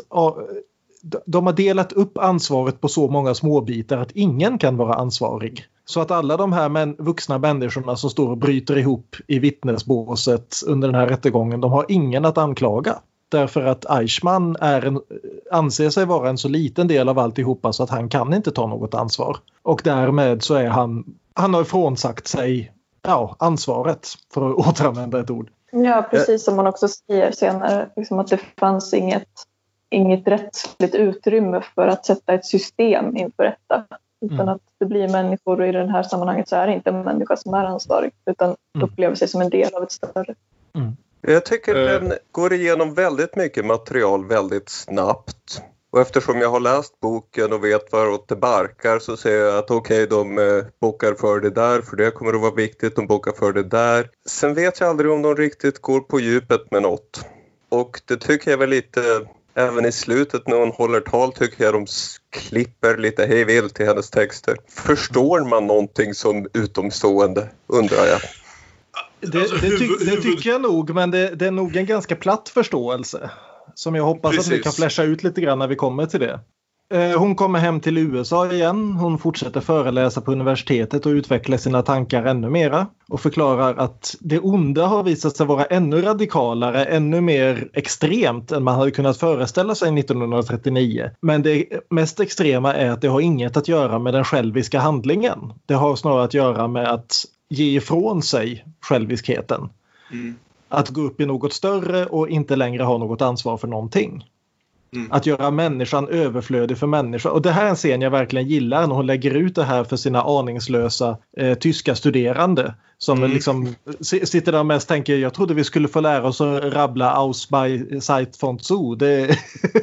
De har delat upp ansvaret på så många småbitar att ingen kan vara ansvarig. Så att alla de här män, vuxna människorna som står och bryter ihop i vittnesbåset under den här rättegången, de har ingen att anklaga. Därför att Eichmann är en, anser sig vara en så liten del av alltihopa så att han kan inte ta något ansvar. Och därmed så är han, han har frånsagt sig ja, ansvaret, för att återanvända ett ord. Ja, precis som man också säger senare, liksom att det fanns inget inget rättsligt utrymme för att sätta ett system inför detta. Utan mm. att det blir människor, och i det här sammanhanget så är det inte en människa som är ansvarig, utan mm. upplever sig som en del av ett större. Mm. Jag tycker den går igenom väldigt mycket material väldigt snabbt. Och eftersom jag har läst boken och vet varåt det barkar, så säger jag att okej, okay, de eh, bokar för det där, för det kommer att vara viktigt, de bokar för det där. Sen vet jag aldrig om de riktigt går på djupet med något. Och det tycker jag väl lite... Även i slutet när hon håller tal tycker jag de klipper lite hej vilt till hennes texter. Förstår man någonting som utomstående, undrar jag. Det, det, ty- det tycker jag nog, men det, det är nog en ganska platt förståelse. Som jag hoppas Precis. Att vi kan flasha ut lite grann när vi kommer till det. Hon kommer hem till U S A igen. Hon fortsätter föreläsa på universitetet och utveckla sina tankar ännu mera. Och förklarar att det onda har visat sig vara ännu radikalare, ännu mer extremt än man hade kunnat föreställa sig nittonhundratrettionio. Men det mest extrema är att det har inget att göra med den själviska handlingen. Det har snarare att göra med att ge ifrån sig själviskheten. Mm. Att gå upp i något större och inte längre ha något ansvar för någonting. Mm. Att göra människan överflödig för människa. Och det här är en scen jag verkligen gillar när hon lägger ut det här för sina aningslösa eh, tyska studerande. Som mm. liksom sitter där och mest tänker, jag trodde vi skulle få lära oss att rabbla aus bei Zeit von zu. Det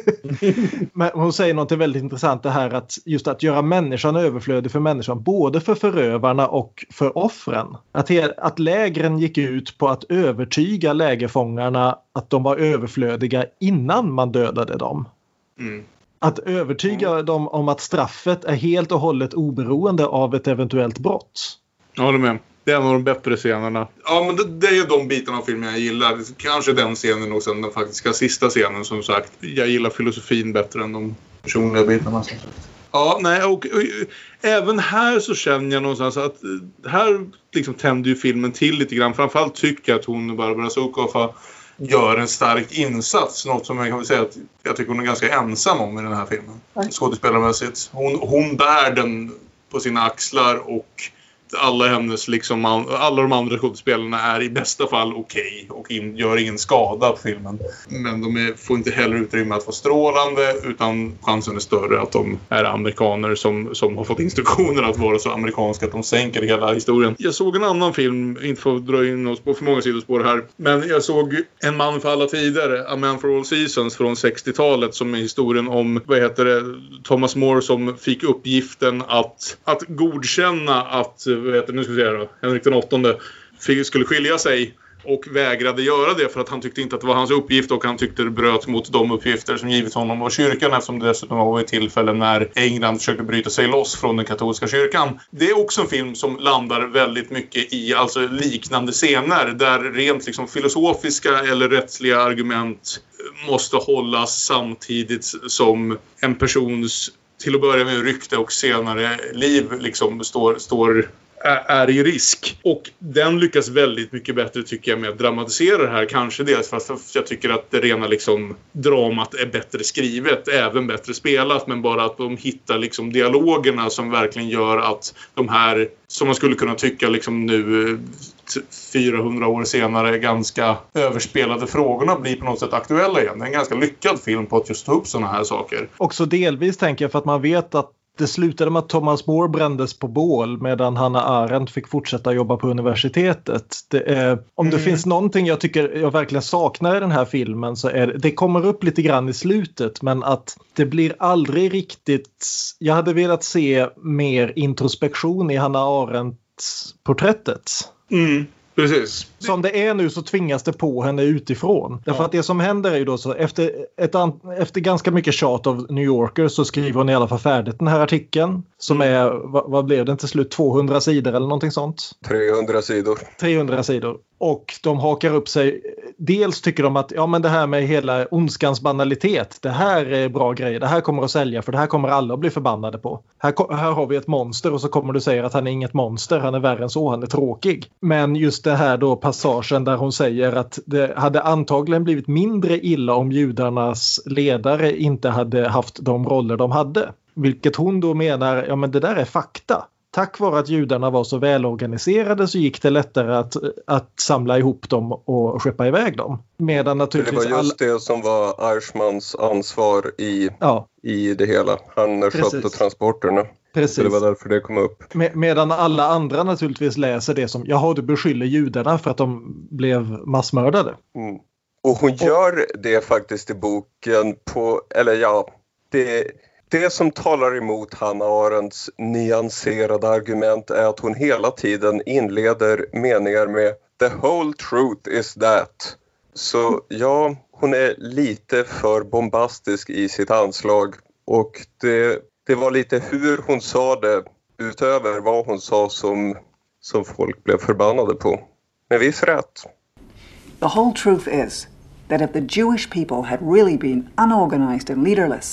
Men hon säger något väldigt intressant det här att just att göra människan överflödig för människan. Både för förövarna och för offren. Att, att lägren gick ut på att övertyga lägerfångarna att de var överflödiga innan man dödade dem. Mm. Att övertyga mm. dem om att straffet är helt och hållet oberoende av ett eventuellt brott. Ja, det med. Det är en av de bättre scenerna. Ja, men det, det är ju de bitarna av filmen jag gillar. Kanske den scenen och sen den faktiska sista scenen som sagt. Jag gillar filosofin bättre än de personliga bitarna som sagt. Ja, nej, och, och, och även här så känner jag någonstans att här liksom tänder ju filmen till lite grann. Framförallt tycker jag att hon, Barbara Sukoff, gör en stark insats. Något som jag kan väl säga att jag tycker hon är ganska ensam om i den här filmen. Skådespelarmässigt. Hon, hon bär den på sina axlar och alla hennes liksom, alla de andra skådespelarna är i bästa fall okej okay och in, gör ingen skada på filmen. Men de är, får inte heller utrymme att vara strålande, utan chansen är större att de är amerikaner som, som har fått instruktioner att vara så amerikanska att de sänker hela historien. Jag såg en annan film, inte för att dra in oss på för många sidospår här, men jag såg En man för alla tider, A Man for all seasons från sextiotalet, som är historien om, vad heter det, Thomas More som fick uppgiften att, att godkänna att vet, nu ska vi säga då, Henrik den åttonde skulle skilja sig och vägrade göra det för att han tyckte inte att det var hans uppgift och han tyckte det bröt mot de uppgifter som givits honom av kyrkan, eftersom det dessutom var ett tillfälle när England försökte bryta sig loss från den katolska kyrkan. Det är också en film som landar väldigt mycket i alltså liknande scener där rent liksom filosofiska eller rättsliga argument måste hållas samtidigt som en persons till att börja med rykte och senare liv liksom står, står är i risk. Och den lyckas väldigt mycket bättre tycker jag med att dramatisera det här. Kanske dels för att jag tycker att det rena liksom dramat är bättre skrivet, även bättre spelat, men bara att de hittar liksom dialogerna som verkligen gör att de här, som man skulle kunna tycka liksom nu fyrahundra år senare ganska överspelade frågorna blir på något sätt aktuella igen. Det är en ganska lyckad film på att just ta upp sådana här saker. Också delvis tänker jag för att man vet att det slutade med att Thomas More brändes på bål medan Hannah Arendt fick fortsätta jobba på universitetet. Det är, om mm. det finns någonting jag tycker jag verkligen saknar i den här filmen så är det, det kommer upp lite grann i slutet, men att det blir aldrig riktigt, jag hade velat se mer introspektion i Hannah Arendt-porträttet. Mm. Precis. Som det är nu så tvingas det på henne utifrån. Därför att det som händer är ju då så efter, ett an- efter ganska mycket tjat av New Yorker så skriver hon i alla fall färdigt den här artikeln. Som är, vad, vad blev den till slut? tvåhundra sidor eller någonting sånt? trehundra sidor. trehundra sidor. Och de hakar upp sig. Dels tycker de att ja, men det här med hela ondskans banalitet, det här är bra grejer. Det här kommer att sälja för det här kommer alla att bli förbannade på. Här, här har vi ett monster och så kommer du säga att han är inget monster. Han är värre än så, han är tråkig. Men just det här då passagen där hon säger att det hade antagligen blivit mindre illa om judarnas ledare inte hade haft de roller de hade. Vilket hon då menar, ja men det där är fakta. Tack vare att judarna var så välorganiserade så gick det lättare att, att samla ihop dem och skeppa iväg dem. Medan naturligtvis det var just all... det som var Eichmanns ansvar i, ja. i det hela. Han skötte transporterna. Precis. Så det var därför det kom upp. Med, medan alla andra naturligtvis läser det som, jaha, du beskyller judarna för att de blev massmördade. Mm. Och hon gör och... det faktiskt i boken på, eller ja, det... Det som talar emot Hannah Arendts nyanserade argument är att hon hela tiden inleder meningar med "The whole truth is that". Så ja, hon är lite för bombastisk i sitt anslag. Och det, det var lite hur hon sa det utöver vad hon sa som, som folk blev förbannade på. Men visst rätt. The whole truth is that if the Jewish people had really been unorganized and leaderless,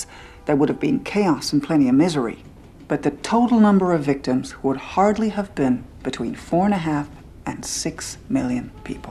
there would have been chaos and plenty of misery. But the total number of victims would hardly have been between four and a half and six million people.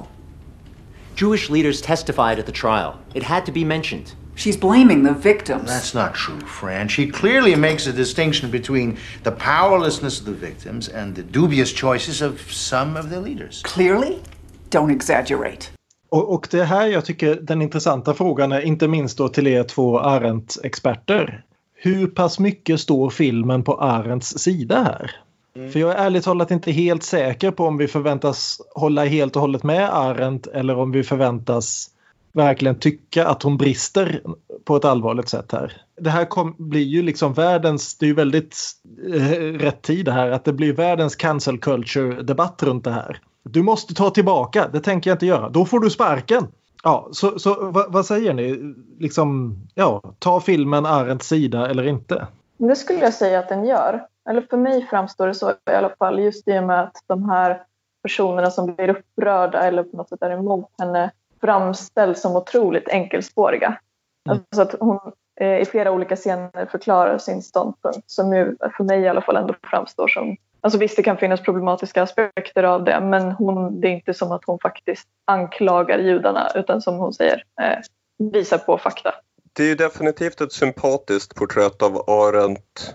Jewish leaders testified at the trial. It had to be mentioned. She's blaming the victims. That's not true, Fran. She clearly makes a distinction between the powerlessness of the victims and the dubious choices of some of their leaders. Clearly? Don't exaggerate. Och, och det här jag tycker den intressanta frågan är, inte minst då till er två Arendt-experter. Hur pass mycket står filmen på Arendts sida här? Mm. För jag är ärligt talat inte helt säker på om vi förväntas hålla helt och hållet med Arendt eller om vi förväntas verkligen tycka att hon brister på ett allvarligt sätt här. Det här kom, blir ju liksom världens, det är ju väldigt eh, rätt tid här, att det blir världens cancel culture-debatt runt det här. Du måste ta tillbaka, det tänker jag inte göra. Då får du sparken. Ja, så, så vad, vad säger ni? Liksom, ja, ta filmen Arendts sida eller inte? Det skulle jag säga att den gör. Eller för mig framstår det så i alla fall, just i och med att de här personerna som blir upprörda eller på något sätt är emot henne framställs som otroligt enkelspåriga. Mm. Alltså att hon eh, i flera olika scener förklarar sin ståndpunkt som ju för mig i alla fall ändå framstår som, alltså visst det kan finnas problematiska aspekter av det, men hon, det är inte som att hon faktiskt anklagar judarna utan som hon säger eh, visar på fakta. Det är ju definitivt ett sympatiskt porträtt av Arendt,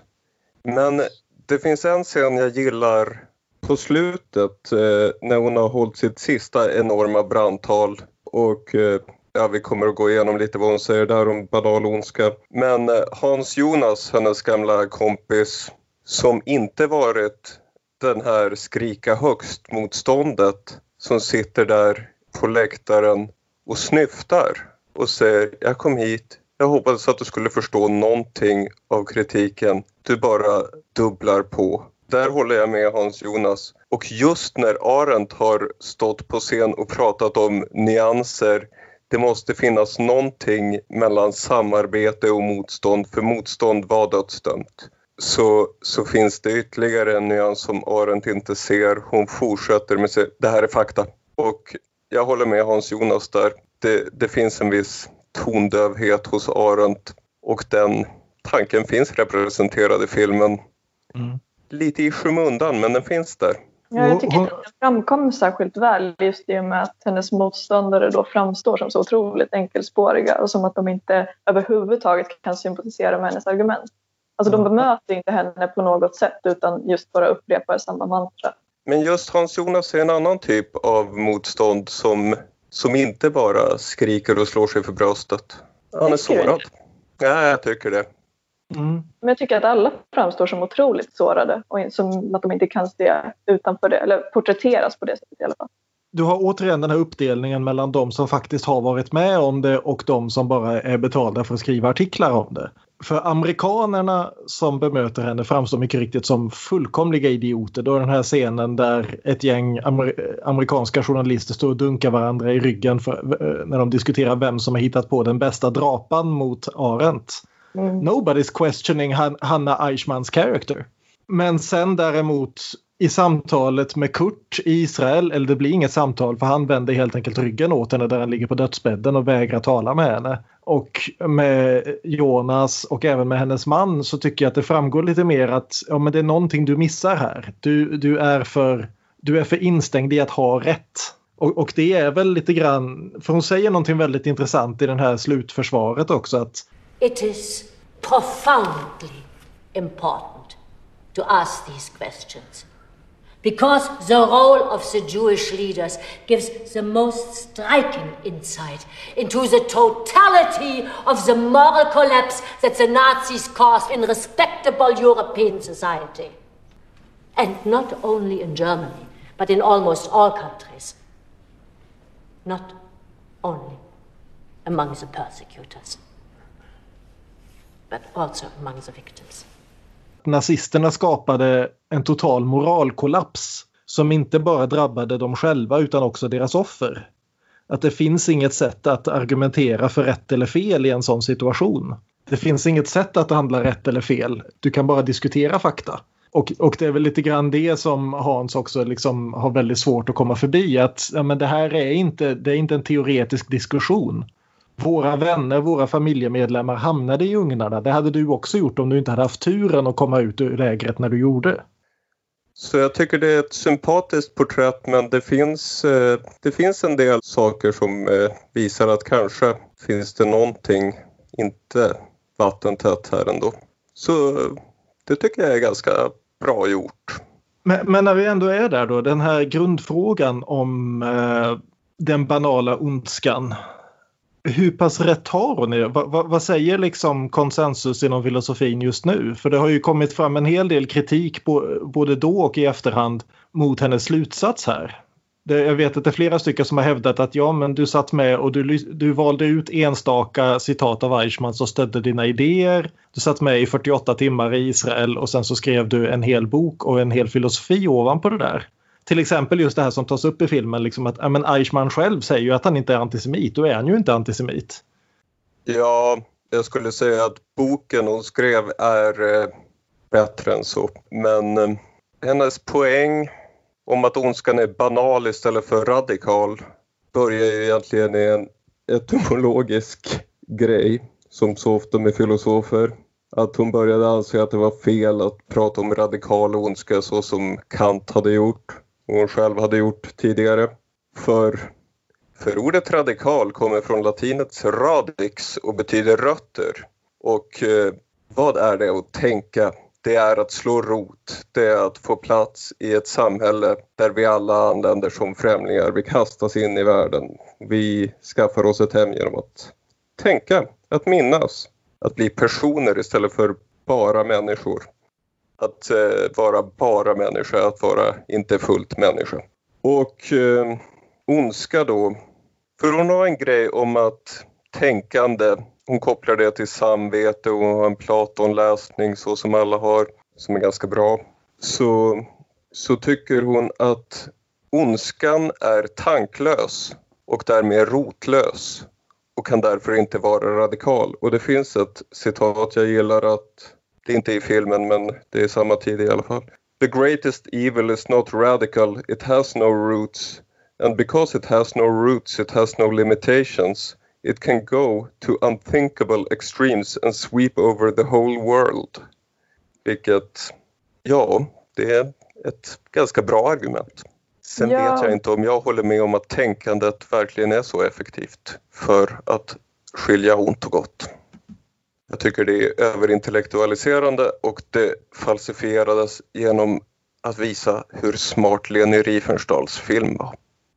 men det finns en scen jag gillar på slutet eh, när hon har hållit sitt sista enorma brandtal. Och ja, vi kommer att gå igenom lite vad hon säger där om banal ondska. Men Hans Jonas, hennes gamla kompis, som inte varit den här skrika högst motståndet, som sitter där på läktaren och snyftar och säger: jag kom hit, jag hoppades att du skulle förstå någonting av kritiken, du bara dubblar på. Där håller jag med Hans Jonas. Och just när Arendt har stått på scen och pratat om nyanser, det måste finnas någonting mellan samarbete och motstånd, för motstånd var dödsdömt. Så, så finns det ytterligare en nyans som Arendt inte ser. Hon fortsätter med sig, det här är fakta. Och jag håller med Hans Jonas där. Det, det finns en viss tondövhet hos Arendt och den tanken finns representerad i filmen. Mm. Lite i skymundan, men den finns där. Ja, jag tycker att den framkommer särskilt väl just i och med att hennes motståndare då framstår som så otroligt enkelspåriga och som att de inte överhuvudtaget kan sympatisera med hennes argument. Alltså de bemöter inte henne på något sätt utan just bara upprepar samma mantra. Men just Hans Jonas är en annan typ av motstånd som, som inte bara skriker och slår sig för bröstet. Han är sårad. Ja, jag tycker det. Mm. Men jag tycker att alla framstår som otroligt sårade och som att de inte kan se utanför det eller porträtteras på det sättet i alla fall. Du har återigen den här uppdelningen mellan de som faktiskt har varit med om det och de som bara är betalda för att skriva artiklar om det. För amerikanerna som bemöter henne framstår mycket riktigt som fullkomliga idioter. Då är den här scenen där ett gäng amer- amerikanska journalister står och dunkar varandra i ryggen för, när de diskuterar vem som har hittat på den bästa drapan mot Arendt. Mm. Nobody's questioning Han- Hanna Eichmanns character. Men sen däremot i samtalet med Kurt i Israel, eller det blir inget samtal för han vänder helt enkelt ryggen åt henne där han ligger på dödsbädden och vägrar tala med henne. Och med Jonas och även med hennes man så tycker jag att det framgår lite mer att ja, men det är någonting du missar här. Du, du, är, för, du är för instängd i att ha rätt. Och, och det är väl lite grann, för hon säger någonting väldigt intressant i den här slutförsvaret också att it is profoundly important to ask these questions. Because the role of the Jewish leaders gives the most striking insight into the totality of the moral collapse that the Nazis caused in respectable European society. And not only in Germany, but in almost all countries. Not only among the persecutors, but also among the victims. Nazisterna skapade en total moralkollaps som inte bara drabbade dem själva utan också deras offer. Att det finns inget sätt att argumentera för rätt eller fel i en sån situation. Det finns inget sätt att handla rätt eller fel. Du kan bara diskutera fakta. Och, och det är väl lite grann det som Hans också liksom har väldigt svårt att komma förbi. Att ja, men det här är inte, det är inte en teoretisk diskussion. våra vänner, våra familjemedlemmar hamnade i ugnarna. Det hade du också gjort om du inte hade haft turen att komma ut ur lägret när du gjorde. Så jag tycker det är ett sympatiskt porträtt, men det finns, eh, det finns en del saker som eh, visar att kanske finns det någonting inte vattentätt här ändå. Så det tycker jag är ganska bra gjort. Men, men när vi ändå är där då, den här grundfrågan om eh, den banala ondskan. Hur pass rätt har hon det? Va, va, vad säger liksom konsensus inom filosofin just nu? För det har ju kommit fram en hel del kritik på, både då och i efterhand mot hennes slutsats här. Det, jag vet att det är flera stycken som har hävdat att ja, men du satt med och du, du valde ut enstaka citat av Eichmann som stödde dina idéer. Du satt med i fyrtioåtta timmar i Israel och sen så skrev du en hel bok och en hel filosofi ovanpå det där. Till exempel just det här som tas upp i filmen, liksom att ja, men Eichmann själv säger ju att han inte är antisemit, då är han ju inte antisemit. Ja, jag skulle säga att boken hon skrev är eh, bättre än så. Men eh, hennes poäng om att ondskan är banal istället för radikal börjar ju egentligen i en etymologisk grej som så ofta med filosofer. Att hon började anse att det var fel att prata om radikal ondska så som Kant hade gjort och hon själv hade gjort tidigare. För, för ordet radikal kommer från latinets radix och betyder rötter. Och eh, vad är det att tänka? Det är att slå rot. Det är att få plats i ett samhälle där vi alla anländer som främlingar. Vi kastas in i världen. Vi skaffar oss ett hem genom att tänka, att minnas. Att bli personer istället för bara människor. Att eh, vara bara människa, att vara inte fullt människa. Och eh, ondska då. För hon har en grej om att tänkande, hon kopplar det till samvete och har en Platonläsning så som alla har, som är ganska bra. Så, så tycker hon att ondskan är tanklös och därmed rotlös. Och kan därför inte vara radikal. Och det finns ett citat jag gillar att, det är inte i filmen men det är samma tid i alla fall. The greatest evil is not radical, it has no roots. And because it has no roots, it has no limitations. It can go to unthinkable extremes and sweep over the whole world. Vilket, ja, det är ett ganska bra argument. Sen ja. vet jag inte om jag håller med om att tänkandet verkligen är så effektivt för att skilja ont och gott. Jag tycker det är överintellektualiserande och det falsifierades genom att visa hur smart Leni Riefenstahls film var.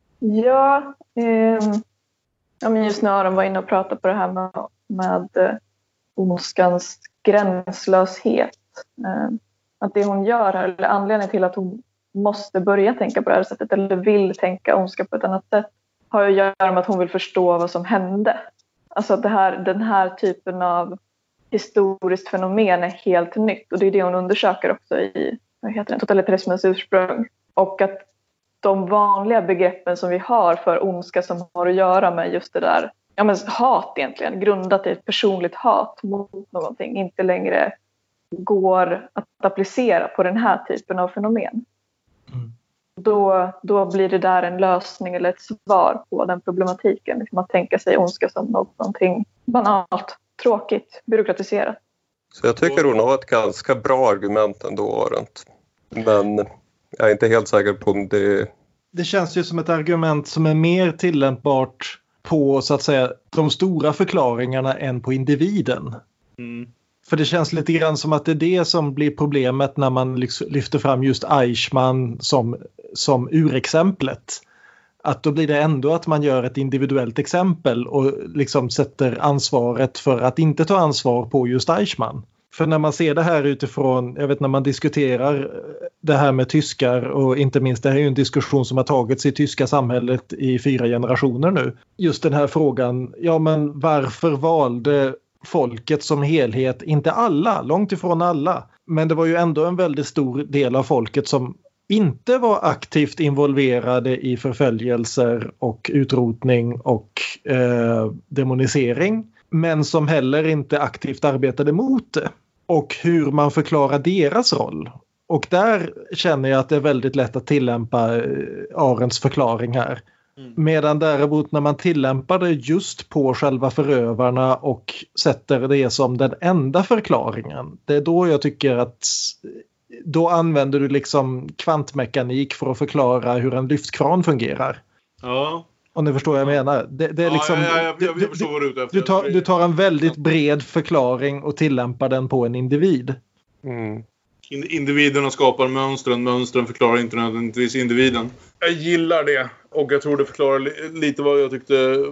Ja, eh, ja men just när de var inne och pratade på det här med, med eh, ondskans gränslöshet. Eh, att det hon gör här, eller anledningen till att hon måste börja tänka på det här sättet eller vill tänka ondska på ett annat sätt har att göra med att hon vill förstå vad som hände. Alltså att det här, den här typen av historiskt fenomen är helt nytt och det är det hon undersöker också i vad heter det, totalitarismens ursprung. Och att de vanliga begreppen som vi har för ondska som har att göra med just det där, ja men hat egentligen, grundat i ett personligt hat mot någonting, inte längre går att applicera på den här typen av fenomen. Mm. Då, då blir det där en lösning eller ett svar på den problematiken. Liksom att tänka sig ondska som någonting banalt, tråkigt, byråkratiserat. Så jag tycker hon har ett ganska bra argument ändå, Arendt. Men jag är inte helt säker på om det... Det känns ju som ett argument som är mer tillämpbart på så att säga de stora förklaringarna än på individen. Mm. För det känns lite grann som att det är det som blir problemet när man lyfter fram just Eichmann som, som urexemplet. Att då blir det ändå att man gör ett individuellt exempel och liksom sätter ansvaret för att inte ta ansvar på just Eichmann. För när man ser det här utifrån, jag vet när man diskuterar det här med tyskar och inte minst det här är ju en diskussion som har tagits i tyska samhället i fyra generationer nu. Just den här frågan, ja men varför valde folket som helhet, inte alla, långt ifrån alla. Men det var ju ändå en väldigt stor del av folket som inte var aktivt involverade i förföljelser och utrotning och eh, demonisering. Men som heller inte aktivt arbetade mot det. Och hur man förklarar deras roll. Och där känner jag att det är väldigt lätt att tillämpa Arendts förklaring här. Mm. Medan däremot när man tillämpar det just på själva förövarna och sätter det som den enda förklaringen, det är då jag tycker att då använder du liksom kvantmekanik för att förklara hur en lyftkran fungerar. Ja. Och ni förstår vad jag menar. Det, det är liksom, ja, ja, ja, jag, jag förstår vad du är ute efter. Du tar, du tar en väldigt bred förklaring och tillämpar den på en individ. Mm. Individerna skapar mönstren, mönstren förklarar inte nödvändigtvis individen. Jag gillar det, och jag tror det förklarar li- lite vad jag tyckte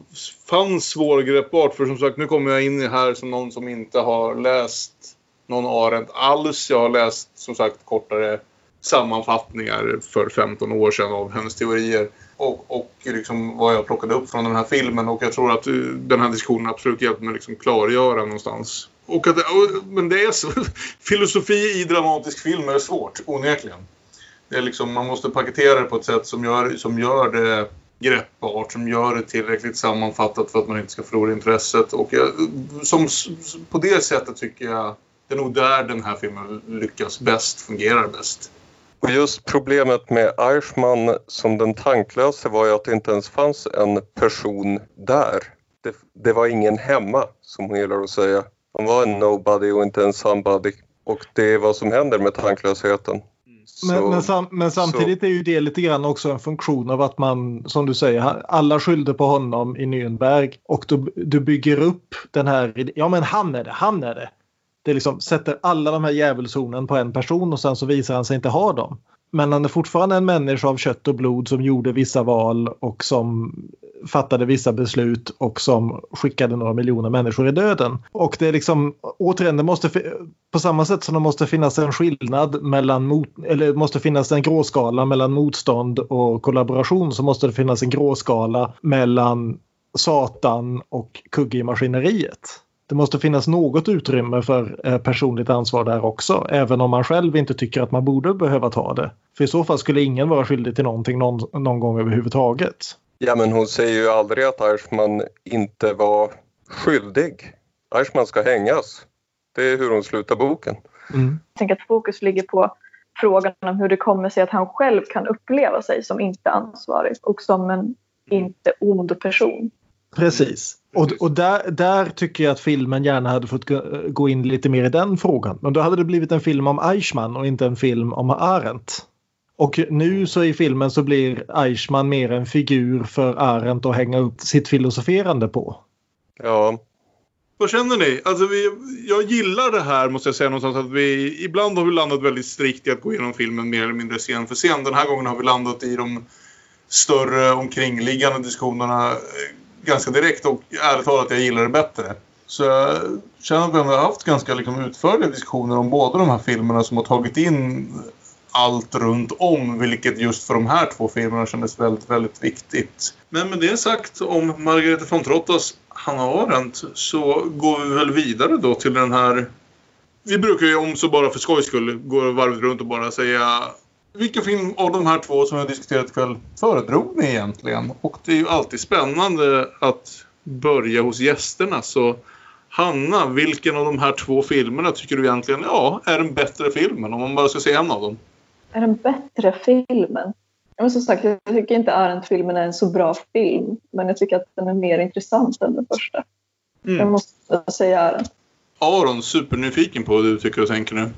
fanns svårgreppbart. För som sagt, nu kommer jag in här som någon som inte har läst någon Arendt alls. Jag har läst som sagt kortare sammanfattningar för femton år sedan av hennes teorier. Och, och liksom vad jag plockade upp från den här filmen. Och jag tror att den här diskussionen absolut hjälpt mig liksom klargöra någonstans. Och att, men det är så. Filosofi i dramatisk film är svårt, onekligen. Det är liksom, man måste paketera det på ett sätt som gör, som gör det greppbart, som gör det tillräckligt sammanfattat för att man inte ska förlora intresset. Och jag, som, på det sättet tycker jag det är nog där den här filmen lyckas bäst, fungerar bäst. Och just problemet med Eichmann som den tanklöse var ju att det inte ens fanns en person där. Det, det var ingen hemma, som hon gillar att säga. Han var en nobody och inte en somebody. Och det är vad som händer med tanklösheten. Men, så, men, sam, men samtidigt så. Är ju det lite grann också en funktion av att man, som du säger, alla skyllde på honom i Nürnberg. Och du, du bygger upp den här, ja men han är det, han är det. Det liksom sätter alla de här djävulshornen på en person och sen så visar han sig inte ha dem. Men han är fortfarande en människa av kött och blod som gjorde vissa val och som fattade vissa beslut och som skickade några miljoner människor i döden. Och det är liksom, återigen, det måste, på samma sätt som det måste finnas en skillnad mellan, mot, eller måste finnas en gråskala mellan motstånd och kollaboration, så måste det finnas en gråskala mellan Satan och kugge i maskineriet. Det måste finnas något utrymme för eh, personligt ansvar där också. Även om man själv inte tycker att man borde behöva ta det. För i så fall skulle ingen vara skyldig till någonting någon, någon gång överhuvudtaget. Ja, men hon säger ju aldrig att Eichmann inte var skyldig. Eichmann ska hängas. Det är hur hon slutar boken. Mm. Jag tänker att fokus ligger på frågan om hur det kommer sig att han själv kan uppleva sig som inte ansvarig. Och som en inte ond person. Precis. Och, och där, där tycker jag att filmen gärna hade fått gå in lite mer i den frågan. Men då hade det blivit en film om Eichmann och inte en film om Arendt. Och nu så i filmen så blir Eichmann mer en figur för Arendt att hänga upp sitt filosoferande på. Ja. Vad känner ni? Alltså vi, jag gillar det här, måste jag säga någonstans, att vi ibland har vi landat väldigt strikt i att gå igenom filmen mer eller mindre scen för scen. Den här gången har vi landat i de större omkringliggande diskussionerna ganska direkt, och ärligt talat jag gillar det bättre. Så jag känner att vi har haft ganska liksom utförliga diskussioner om båda de här filmerna som har tagit in allt runt om, vilket just för de här två filmerna kändes väldigt, väldigt viktigt. Men med det sagt om Margareta von Trottas Hannah Arendt, så går vi väl vidare då till den här. Vi brukar ju om så bara för skojs skull gå varvet runt och bara säga vilken film av de här två som jag har diskuterat ikväll föredrog ni egentligen? Och det är ju alltid spännande att börja hos gästerna. Så Hanna, vilken av de här två filmerna tycker du egentligen ja, är den bättre filmen? Om man bara ska se en av dem. Är den bättre filmen? Men som sagt, jag tycker inte Arendt-filmen är en så bra film. Men jag tycker att den är mer intressant än den första. Mm. Jag måste säga Arendt. Aron, supernyfiken på vad du tycker och tänker nu.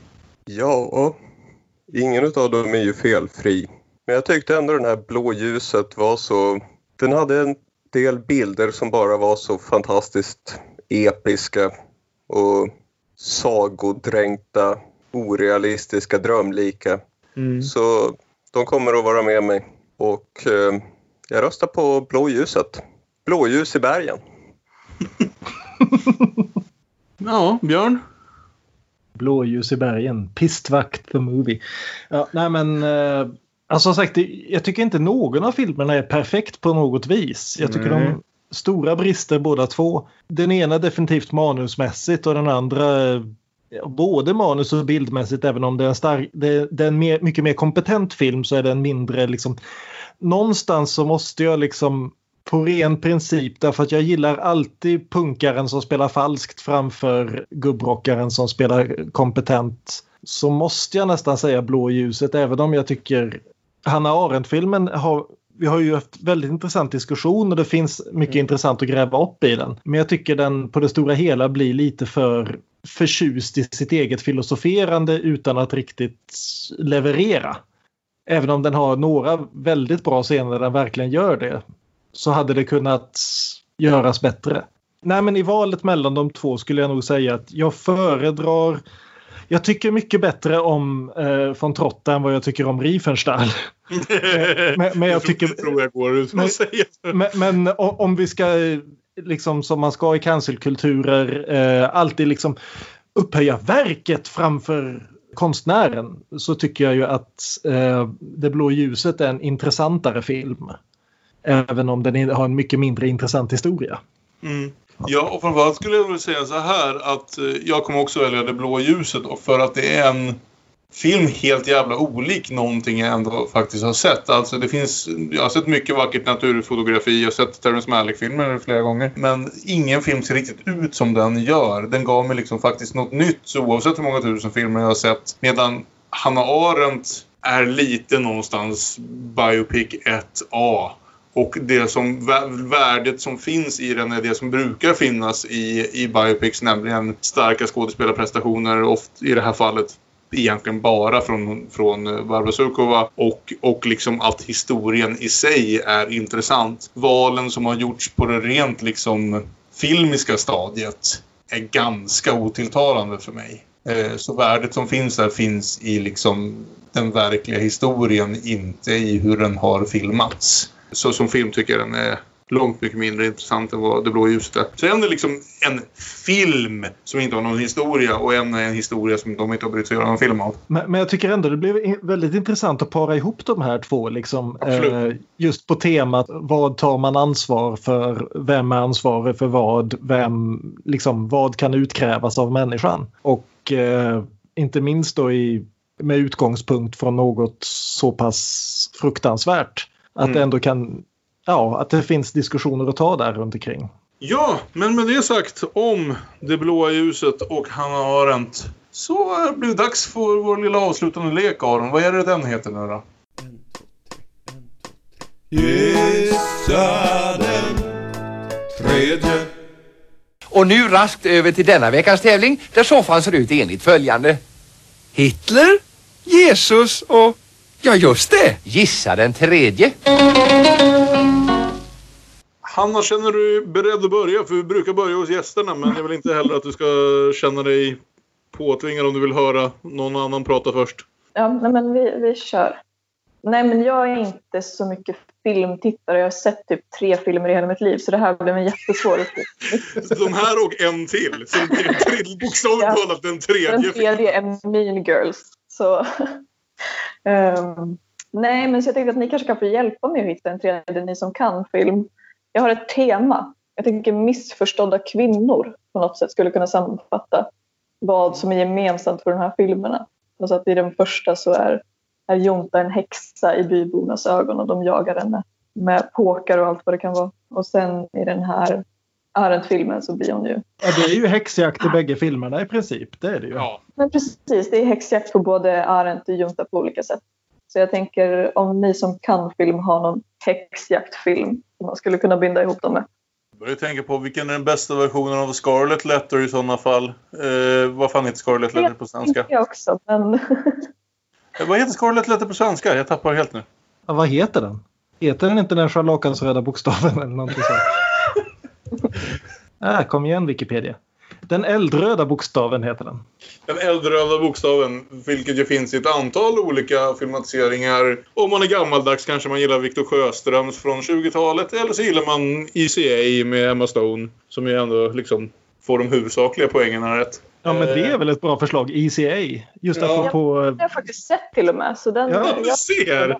Ja, ingen av dem är ju felfri. Men jag tyckte ändå den här blåljuset var så. Den hade en del bilder som bara var så fantastiskt episka och sagodränkta, orealistiska, drömlika. Mm. Så de kommer att vara med mig. Och eh, jag röstar på blåljuset. Blåljus i bergen. Ja, Björn? Blåljus i bergen. Pistvakt the movie. Ja, nej men eh, alltså sagt, jag tycker inte någon av filmerna är perfekt på något vis. Jag tycker mm. de stora brister båda två. Den ena definitivt manusmässigt och den andra både manus och bildmässigt, även om det är en, stark, det, det är en mer, mycket mer kompetent film, så är den mindre liksom, någonstans så måste jag liksom på ren princip, därför att jag gillar alltid punkaren som spelar falskt framför gubbrockaren som spelar kompetent, så måste jag nästan säga blåljuset, även om jag tycker Hannah Arendt-filmen har vi har ju haft väldigt intressant diskussion och det finns mycket mm. intressant att gräva upp i den. Men jag tycker den på det stora hela blir lite för förtjust i sitt eget filosoferande utan att riktigt leverera. Även om den har några väldigt bra scener där den verkligen gör det, så hade det kunnat göras bättre. Nej, men i valet mellan de två skulle jag nog säga att jag föredrar... Jag tycker mycket bättre om eh, von Trotta än vad jag tycker om Riefenstahl. men, men jag tycker... Det tror jag går ut men, att säga. Men, men om vi ska, liksom som man ska i cancelkulturer, eh, alltid liksom upphöja verket framför konstnären, så tycker jag ju att eh, Det blå ljuset är en intressantare film. Även om den har en mycket mindre intressant historia. Mm. Ja, och framförallt skulle jag vilja säga så här att jag kommer också välja Det blå ljuset då, för att det är en film helt jävla olik någonting jag ändå faktiskt har sett. Alltså det finns, jag har sett mycket vackert naturfotografi, jag har sett Terrence Malick-filmer flera gånger, men ingen film ser riktigt ut som den gör. Den gav mig liksom faktiskt något nytt, så oavsett hur många tusen filmer jag har sett. Medan Hannah Arendt är lite någonstans biopic ett A. Och det som värdet som finns i den är det som brukar finnas i, i biopics, nämligen starka skådespelarprestationer, ofta i det här fallet egentligen bara från, från Barbara Surkova, och, och liksom att historien i sig är intressant. Valen som har gjorts på det rent liksom filmiska stadiet är ganska otilltalande för mig. Så värdet som finns där finns i liksom den verkliga historien, inte i hur den har filmats. Så som film tycker jag den är långt mycket mindre intressant än vad Det blå ljuset är. Så en är liksom en film som inte har någon historia, och en är en historia som de inte har brytt sig göra någon film av. Men, men jag tycker ändå det blev väldigt intressant att para ihop de här två liksom, eh, just på temat vad tar man ansvar för, vem är ansvarig för vad, vem, liksom, vad kan utkrävas av människan, och eh, inte minst då i, med utgångspunkt från något så pass fruktansvärt att mm. det ändå kan, ja, att det finns diskussioner att ta där runt omkring. Ja, men med det sagt om Det blåa ljuset och Hannah Arendt, så blir det dags för vår lilla avslutande lek, Aron. Vad är det den heter nu då? Gissa den tredje. Och nu raskt över till denna veckans tävling, där soffan ser ut enligt följande: Hitler, Jesus och... ja, just det. Gissa den tredje. Hanna, känner du beredd att börja? För vi brukar börja hos gästerna, men jag vill inte heller att du ska känna dig påtvingad om du vill höra någon annan prata först. Ja, nej, men vi, vi kör. Nej, men jag är inte så mycket filmtittare. Jag har sett typ tre filmer i hela mitt liv, så det här blev en jättesvår uppgift. De här och en till. Så det är bokstavligt talat den tredje. Den tredje är Mean Girls. Så... Um, nej, men så jag tänkte att ni kanske kan få hjälpa mig att hitta en tredje, ni som kan film. Jag har ett tema. Jag tänker missförstådda kvinnor på något sätt skulle kunna sammanfatta vad som är gemensamt för de här filmerna. Alltså att i den första så är, är Jonta en häxa i bybornas ögon och de jagar henne med påkar och allt vad det kan vara. Och sen i den här Arendt-filmen så blir hon ju... Ja, det är ju häxjakt i bägge filmerna i princip, det är det ju. Ja. Men precis, det är häxjakt på både Arendt och Jonta på olika sätt. Så jag tänker, om ni som kan film har någon häxjaktfilm som man skulle kunna binda ihop dem med. Jag börjar tänka på vilken är den bästa versionen av Scarlet Letter i sådana fall. Eh, vad fan heter Scarlet Letter på svenska? Jag också, men... Vad heter Scarlet Letter på svenska? Jag tappar helt nu. Ja, vad heter den? Heter den inte den scharlakansröda bokstaven eller någonting så? Ah, kom igen Wikipedia. Den eldröda bokstaven heter den. Den eldröda bokstaven, vilket ju finns i ett antal olika filmatiseringar. Om man är gammaldags kanske man gillar Victor Sjöströms från tjugotalet, eller så gillar man E C A med Emma Stone, som ju ändå liksom får de huvudsakliga poängerna rätt. Ja, men det är väl ett bra förslag, E C A. Just ja. därför på... Jag har faktiskt sett till och med. Så den ja, du ser!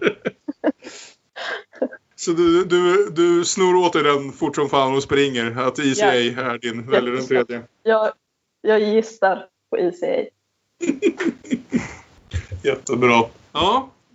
Så du, du, du snor åt dig den fort som fan och springer. Att E C A ja. är din, eller den tredje. Jag, jag gissar på E C A. Jättebra. Ja,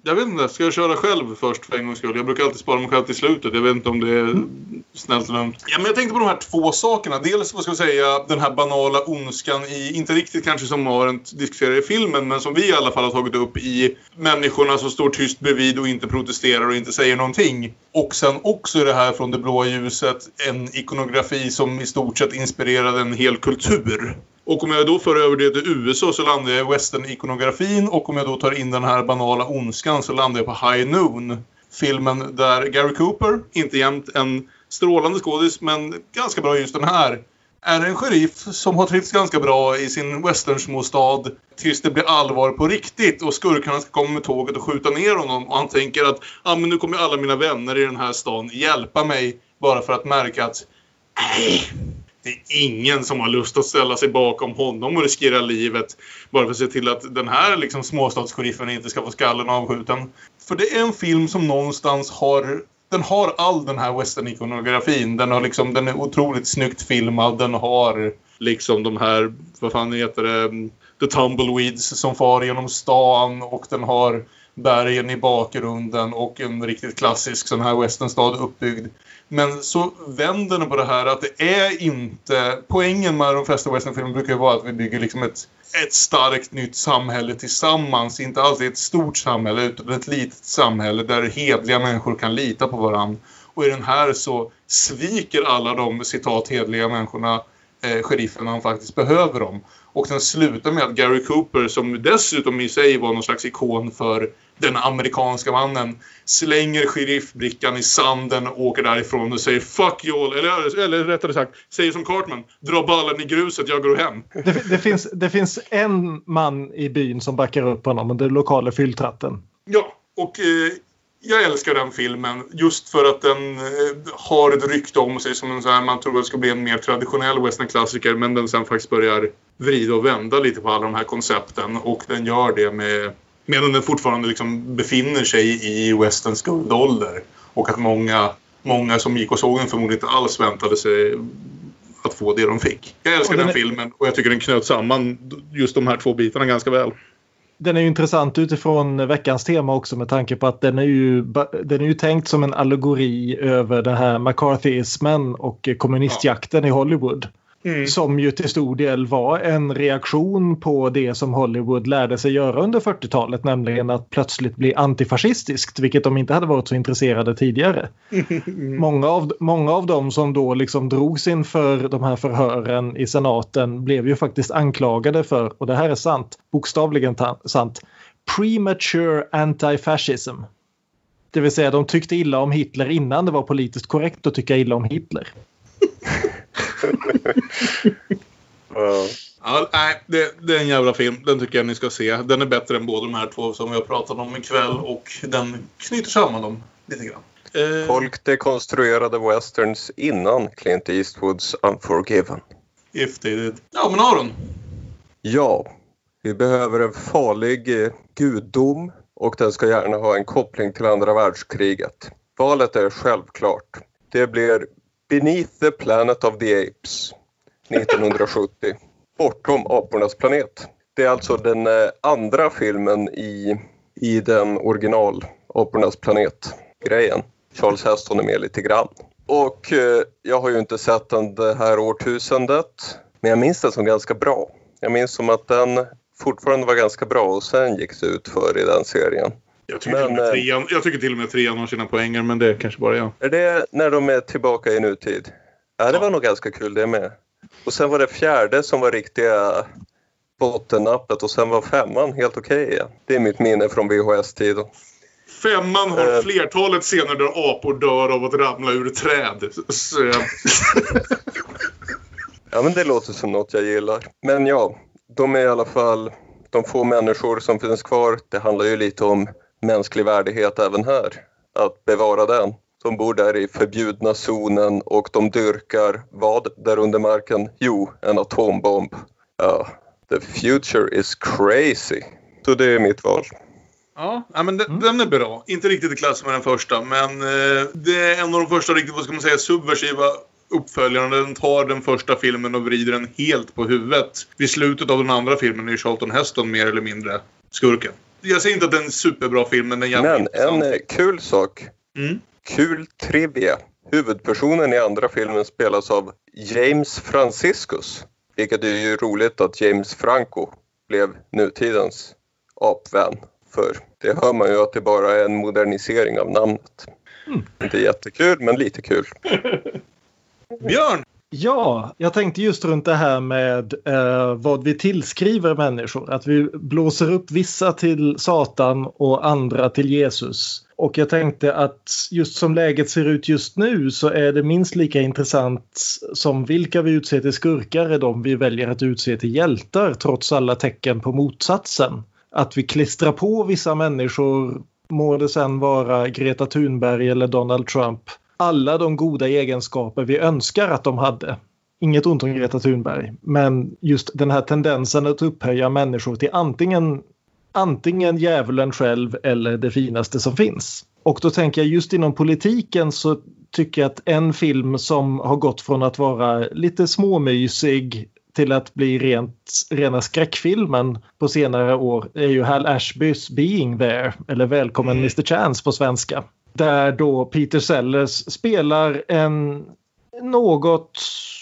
Jag vet inte, ska jag köra själv först för en gångs skull? Jag brukar alltid spara mig själv till slutet. Jag vet inte om det är snällt eller inte. Ja, men jag tänkte på de här två sakerna. Dels, vad ska jag säga, den här banala ondskan i, inte riktigt kanske som Arendt diskuterar i filmen, men som vi i alla fall har tagit upp i människorna som står tyst bredvid och inte protesterar och inte säger någonting. Och sen också det här från det blåa ljuset, en ikonografi som i stort sett inspirerade en hel kultur. Och om jag då för över det till U S A så landar jag i western-ikonografin, och om jag då tar in den här banala ondskan så landar jag på High Noon. Filmen där Gary Cooper, inte jämt en strålande skådis men ganska bra just den här, är en sheriff som har trivts ganska bra i sin westernsmåstad tills det blir allvar på riktigt och skurkarna ska komma med tåget och skjuta ner honom, och han tänker att ah, men nu kommer alla mina vänner i den här stan hjälpa mig, bara för att märka att nej, det är ingen som har lust att ställa sig bakom honom och riskera livet bara för att se till att den här liksom småstadssheriffen inte ska få skallen avskjuten. För det är en film som någonstans har, den har all den här western-ikonografin. Den har liksom, den är otroligt snyggt filmad. Den har liksom de här, vad fan heter det, The Tumbleweeds som far genom stan, och den har bergen i bakgrunden och en riktigt klassisk sån här westernstad uppbyggd. Men så vänder den på det här att det är inte, poängen med de flesta westernfilmer brukar ju vara att vi bygger liksom ett, ett starkt nytt samhälle tillsammans. Inte alltid ett stort samhälle utan ett litet samhälle där hedliga människor kan lita på varandra. Och i den här så sviker alla de citat hedliga människorna eh, sheriffen han faktiskt behöver dem. Och den slutar med att Gary Cooper, som dessutom i sig var någon slags ikon för den amerikanska mannen, slänger sheriffbrickan i sanden och åker därifrån och säger fuck you all, eller, eller rättare sagt säger som Cartman, dra ballen i gruset, jag går hem. Det, det, finns, det finns en man i byn som backar upp honom, och det är lokala fylltratten. Ja, och eh, jag älskar den filmen just för att den eh, har ett rykte om sig som en så här, man tror att det ska bli en mer traditionell westernklassiker, men den sen faktiskt börjar vrida och vända lite på alla de här koncepten, och den gör det med, medan den fortfarande liksom befinner sig i westerns guldålder, och att många, många som gick och såg den förmodligen inte alls väntade sig att få det de fick. Jag älskar den, den är... filmen, och jag tycker den knöt samman just de här två bitarna ganska väl. Den är ju intressant utifrån veckans tema också, med tanke på att den är ju, den är ju tänkt som en allegori över den här McCarthyismen och kommunistjakten ja. i Hollywood. Mm. Som ju till stor del var en reaktion på det som Hollywood lärde sig göra under fyrtiotalet, nämligen att plötsligt bli antifascistiskt, vilket de inte hade varit så intresserade tidigare. Mm. Många, av, många av dem som då liksom drogs inför de här förhören i senaten blev ju faktiskt anklagade för, och det här är sant, bokstavligen ta- sant, premature antifascism. Det vill säga de tyckte illa om Hitler innan det var politiskt korrekt att tycka illa om Hitler. uh. Ja, nej, det, det är en jävla film. Den tycker jag ni ska se. Den är bättre än båda de här två som vi har pratat om ikväll, och den knyter samman dem lite grann. Uh. Folk dekonstruerade westerns innan Clint Eastwoods Unforgiven. If they did. Ja, men Aron. Ja, vi behöver en farlig eh, gudom, och den ska gärna ha en koppling till andra världskriget. Valet är självklart. Det blir Beneath the Planet of the Apes nittonhundrasjuttio. Bortom apornas planet. Det är alltså den eh, andra filmen i, i den original apornas planet-grejen. Charles Heston är med lite grann. Och eh, jag har ju inte sett den det här årtusendet, men jag minns den som ganska bra. Jag minns som att den fortfarande var ganska bra, och sen gick det ut för i den serien. Jag tycker, men, till och med trean, jag tycker till och med trean har sina poänger, men det är kanske bara jag. Är det när de är tillbaka i nutid? Ja, det var nog ganska kul det med. Och sen var det fjärde som var riktiga bottennappet, och sen var femman helt okej okay igen. Det är mitt minne från V H S-tiden. Femman har uh, flertalet scener där apor dör av att ramla ur träd. Så... ja, men det låter som något jag gillar. Men ja, de är i alla fall de få människor som finns kvar. Det handlar ju lite om mänsklig värdighet även här. Att bevara den. De bor där i förbjudna zonen, och de dyrkar vad där under marken? Jo, en atombomb. Ja, the future is crazy. Så det är mitt val. Ja, men den, den är bra. Inte riktigt i klass med den första, men eh, det är en av de första riktigt, vad ska man säga, subversiva uppföljarna. Den tar den första filmen och vrider den helt på huvudet. Vid slutet av den andra filmen är Charlton Heston mer eller mindre skurken. Jag säger inte att det är en superbra film, men den är Men en eh, kul sak. Mm. Kul trivia. Huvudpersonen i andra filmen spelas av James Franciscus. Vilket är ju roligt att James Franco blev nutidens apvän. För det hör man ju att det bara är en modernisering av namnet. Mm. Inte jättekul, men lite kul. Björn! Ja, jag tänkte just runt det här med eh, vad vi tillskriver människor. Att vi blåser upp vissa till Satan och andra till Jesus. Och jag tänkte att just som läget ser ut just nu så är det minst lika intressant som vilka vi utser till skurkar är de vi väljer att utse till hjältar trots alla tecken på motsatsen. Att vi klistrar på vissa människor, må det sen vara Greta Thunberg eller Donald Trump, alla de goda egenskaper vi önskar att de hade. Inget ont om Greta Thunberg, men just den här tendensen att upphöja människor till antingen, antingen djävulen själv eller det finaste som finns. Och då tänker jag just inom politiken så tycker jag att en film som har gått från att vara lite småmysig till att bli rent, rena skräckfilmen på senare år är ju Hal Ashbys Being There, eller Välkommen mm. mister Chance på svenska. Där då Peter Sellers spelar en något,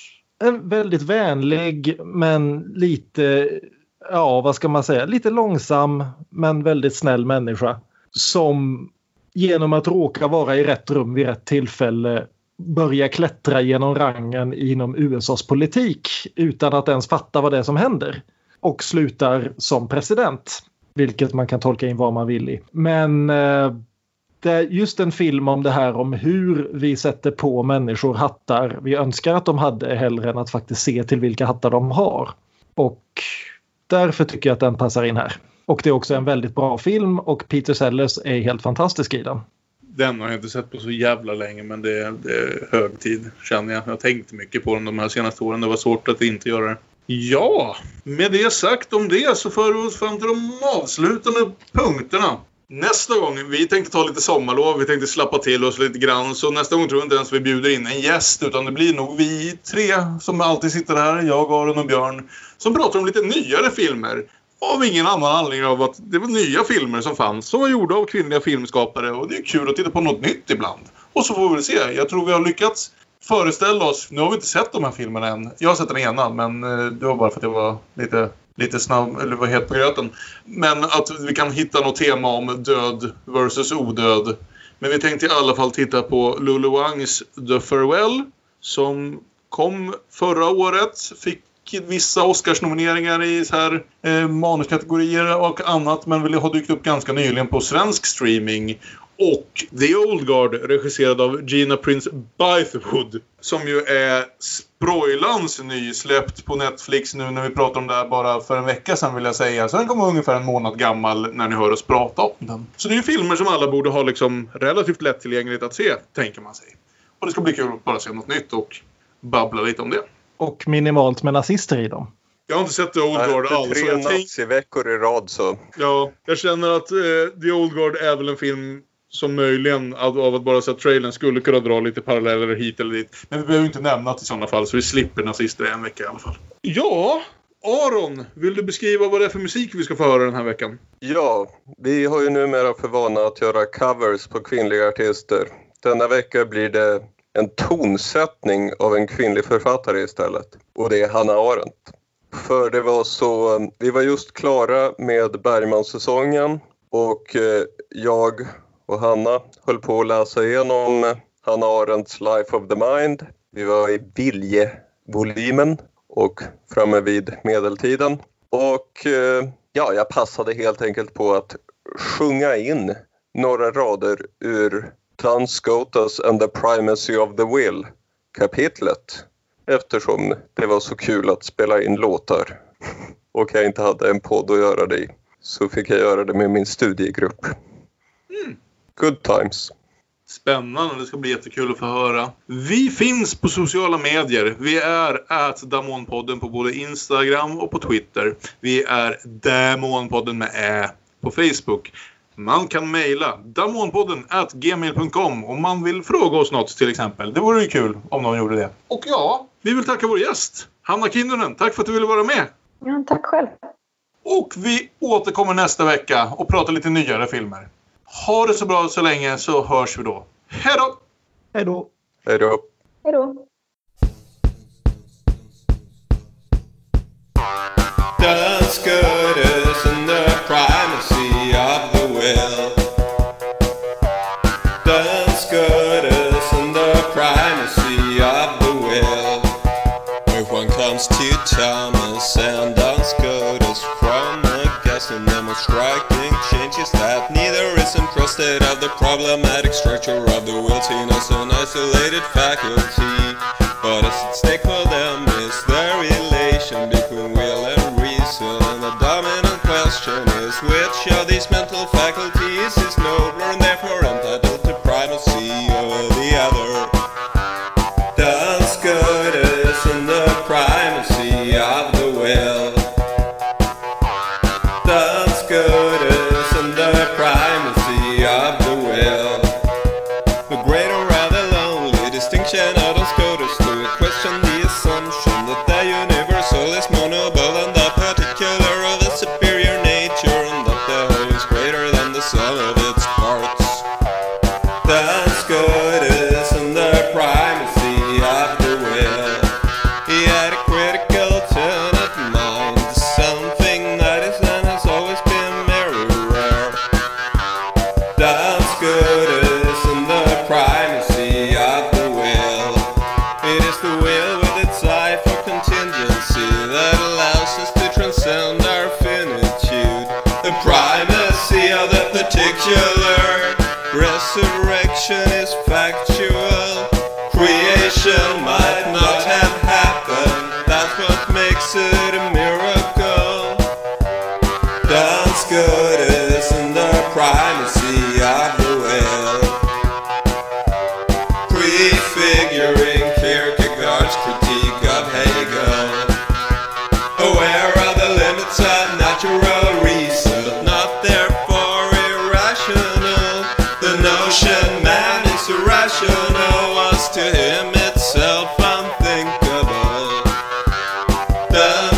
en väldigt vänlig men lite, ja vad ska man säga, lite långsam men väldigt snäll människa. Som genom att råka vara i rätt rum vid rätt tillfälle börja klättra genom rangen inom U S A:s politik utan att ens fatta vad det är som händer. Och slutar som president, vilket man kan tolka in vad man vill i. Men eh, det är just en film om det här om hur vi sätter på människor hattar vi önskar att de hade hellre än att faktiskt se till vilka hattar de har. Och därför tycker jag att den passar in här. Och det är också en väldigt bra film och Peter Sellers är helt fantastisk i den. Den har jag inte sett på så jävla länge, men det är, det är hög tid, känner jag. Jag har tänkt mycket på den de här senaste åren. Det var svårt att inte göra det. Ja, med det sagt om det så för vi oss fram till de avslutande punkterna. Nästa gång, vi tänkte ta lite sommarlov, vi tänkte slappa till oss lite grann. Så nästa gång tror jag inte ens vi bjuder in en gäst, utan det blir nog vi tre som alltid sitter här, jag, Aron och Björn, som pratar om lite nyare filmer. Av ingen annan anledning av att det var nya filmer som fanns, som var gjorda av kvinnliga filmskapare. Och det är kul att titta på något nytt ibland. Och så får vi väl se, jag tror vi har lyckats föreställa oss, nu har vi inte sett de här filmerna än. Jag har sett den ena, men det var bara för att jag var lite... lite snabb, eller var het på gröten. Men att vi kan hitta något tema om död versus odöd. Men vi tänkte i alla fall titta på Lulu Wangs The Farewell, som kom förra året, fick vissa Oscars-nomineringar i så här eh, manuskategorier och annat, men ville ha dykt upp ganska nyligen på svensk streaming. Och The Old Guard, regisserad av Gina Prince Bythewood, som ju är sproilans nysläppt på Netflix nu när vi pratar om det här bara för en vecka sedan, vill jag säga. Så den kommer ungefär en månad gammal när ni hör oss prata om den. Så det är ju filmer som alla borde ha liksom relativt lättillgängligt att se, tänker man sig. Och det ska bli kul att bara se något nytt och babbla lite om det. Och minimalt med nazister i dem. Jag har inte sett The Old Guard alls. Tre naziveckor i rad så. Ja, jag känner att eh, The Old Guard är väl en film som möjligen av, av att bara se trailern skulle kunna dra lite paralleller hit eller dit. Men vi behöver inte nämna det i sådana fall, så vi slipper nazister en vecka i alla fall. Ja, Aron, vill du beskriva vad det är för musik vi ska få höra den här veckan? Ja, vi har ju numera för vana att göra covers på kvinnliga artister. Denna vecka blir det en tonsättning av en kvinnlig författare istället. Och det är Hannah Arendt. För det var så, vi var just klara med Bergman-säsongen och jag och Hanna höll på att läsa igenom Hannah Arendts Life of the Mind. Vi var i Bilje-volymen och framme vid medeltiden. Och ja, jag passade helt enkelt på att sjunga in några rader ur Duns Scotus and the Primacy of the Will kapitlet. Eftersom det var så kul att spela in låtar och jag inte hade en podd att göra det i, så fick jag göra det med min studiegrupp. Mm. Good times. Spännande, det ska bli jättekul att få höra. Vi finns på sociala medier. Vi är at Damonpodden på både Instagram och på Twitter. Vi är Damonpodden med ä på Facebook. Man kan mejla damonpodden at gmail punkt com om man vill fråga oss något till exempel. Det vore ju kul om någon gjorde det. Och ja, vi vill tacka vår gäst, Hanna Kinnunen. Tack för att du ville vara med. Ja, tack själv. Och vi återkommer nästa vecka och pratar lite nyare filmer. Ha det så bra så länge, så hörs vi då. Hej då! Hej då! Hej då! Hej då! Does good is in the primacy of the will. Does good is in the primacy of the will. If one comes to Thomas and Duns good is from a guess in the most striking changes that neither is interested of the problematic structure of the will seen as an isolated faculty. But as at stake for them is the relation between will and reason. And the dominant question is which of these mental faculties is nobler and therefore entitled to primacy over the other. Does good is in the primacy of the will. Does good is in the primacy of the will. The great or rather lonely distinction of those coders to question the assumption that the universal is monable and the particular of a superior nature, and that the whole is greater than the sum of its parts. That's good is in the primacy of the will. He had a critical turn of mind to something that is and has always been very rare. That's good is in the primacy of the will. It is the will with its eye for contingency that allows us to transcend our finitude. The primacy of the particular. Resurrection is factual. Creation might not have happened. That's what makes it a miracle. That's good is in the primacy of the will. Prefiguring Kierkegaard's critique of Hegel. Aware of the limits of natural reason, but not therefore irrational. The notion man is irrational was to him itself unthinkable. The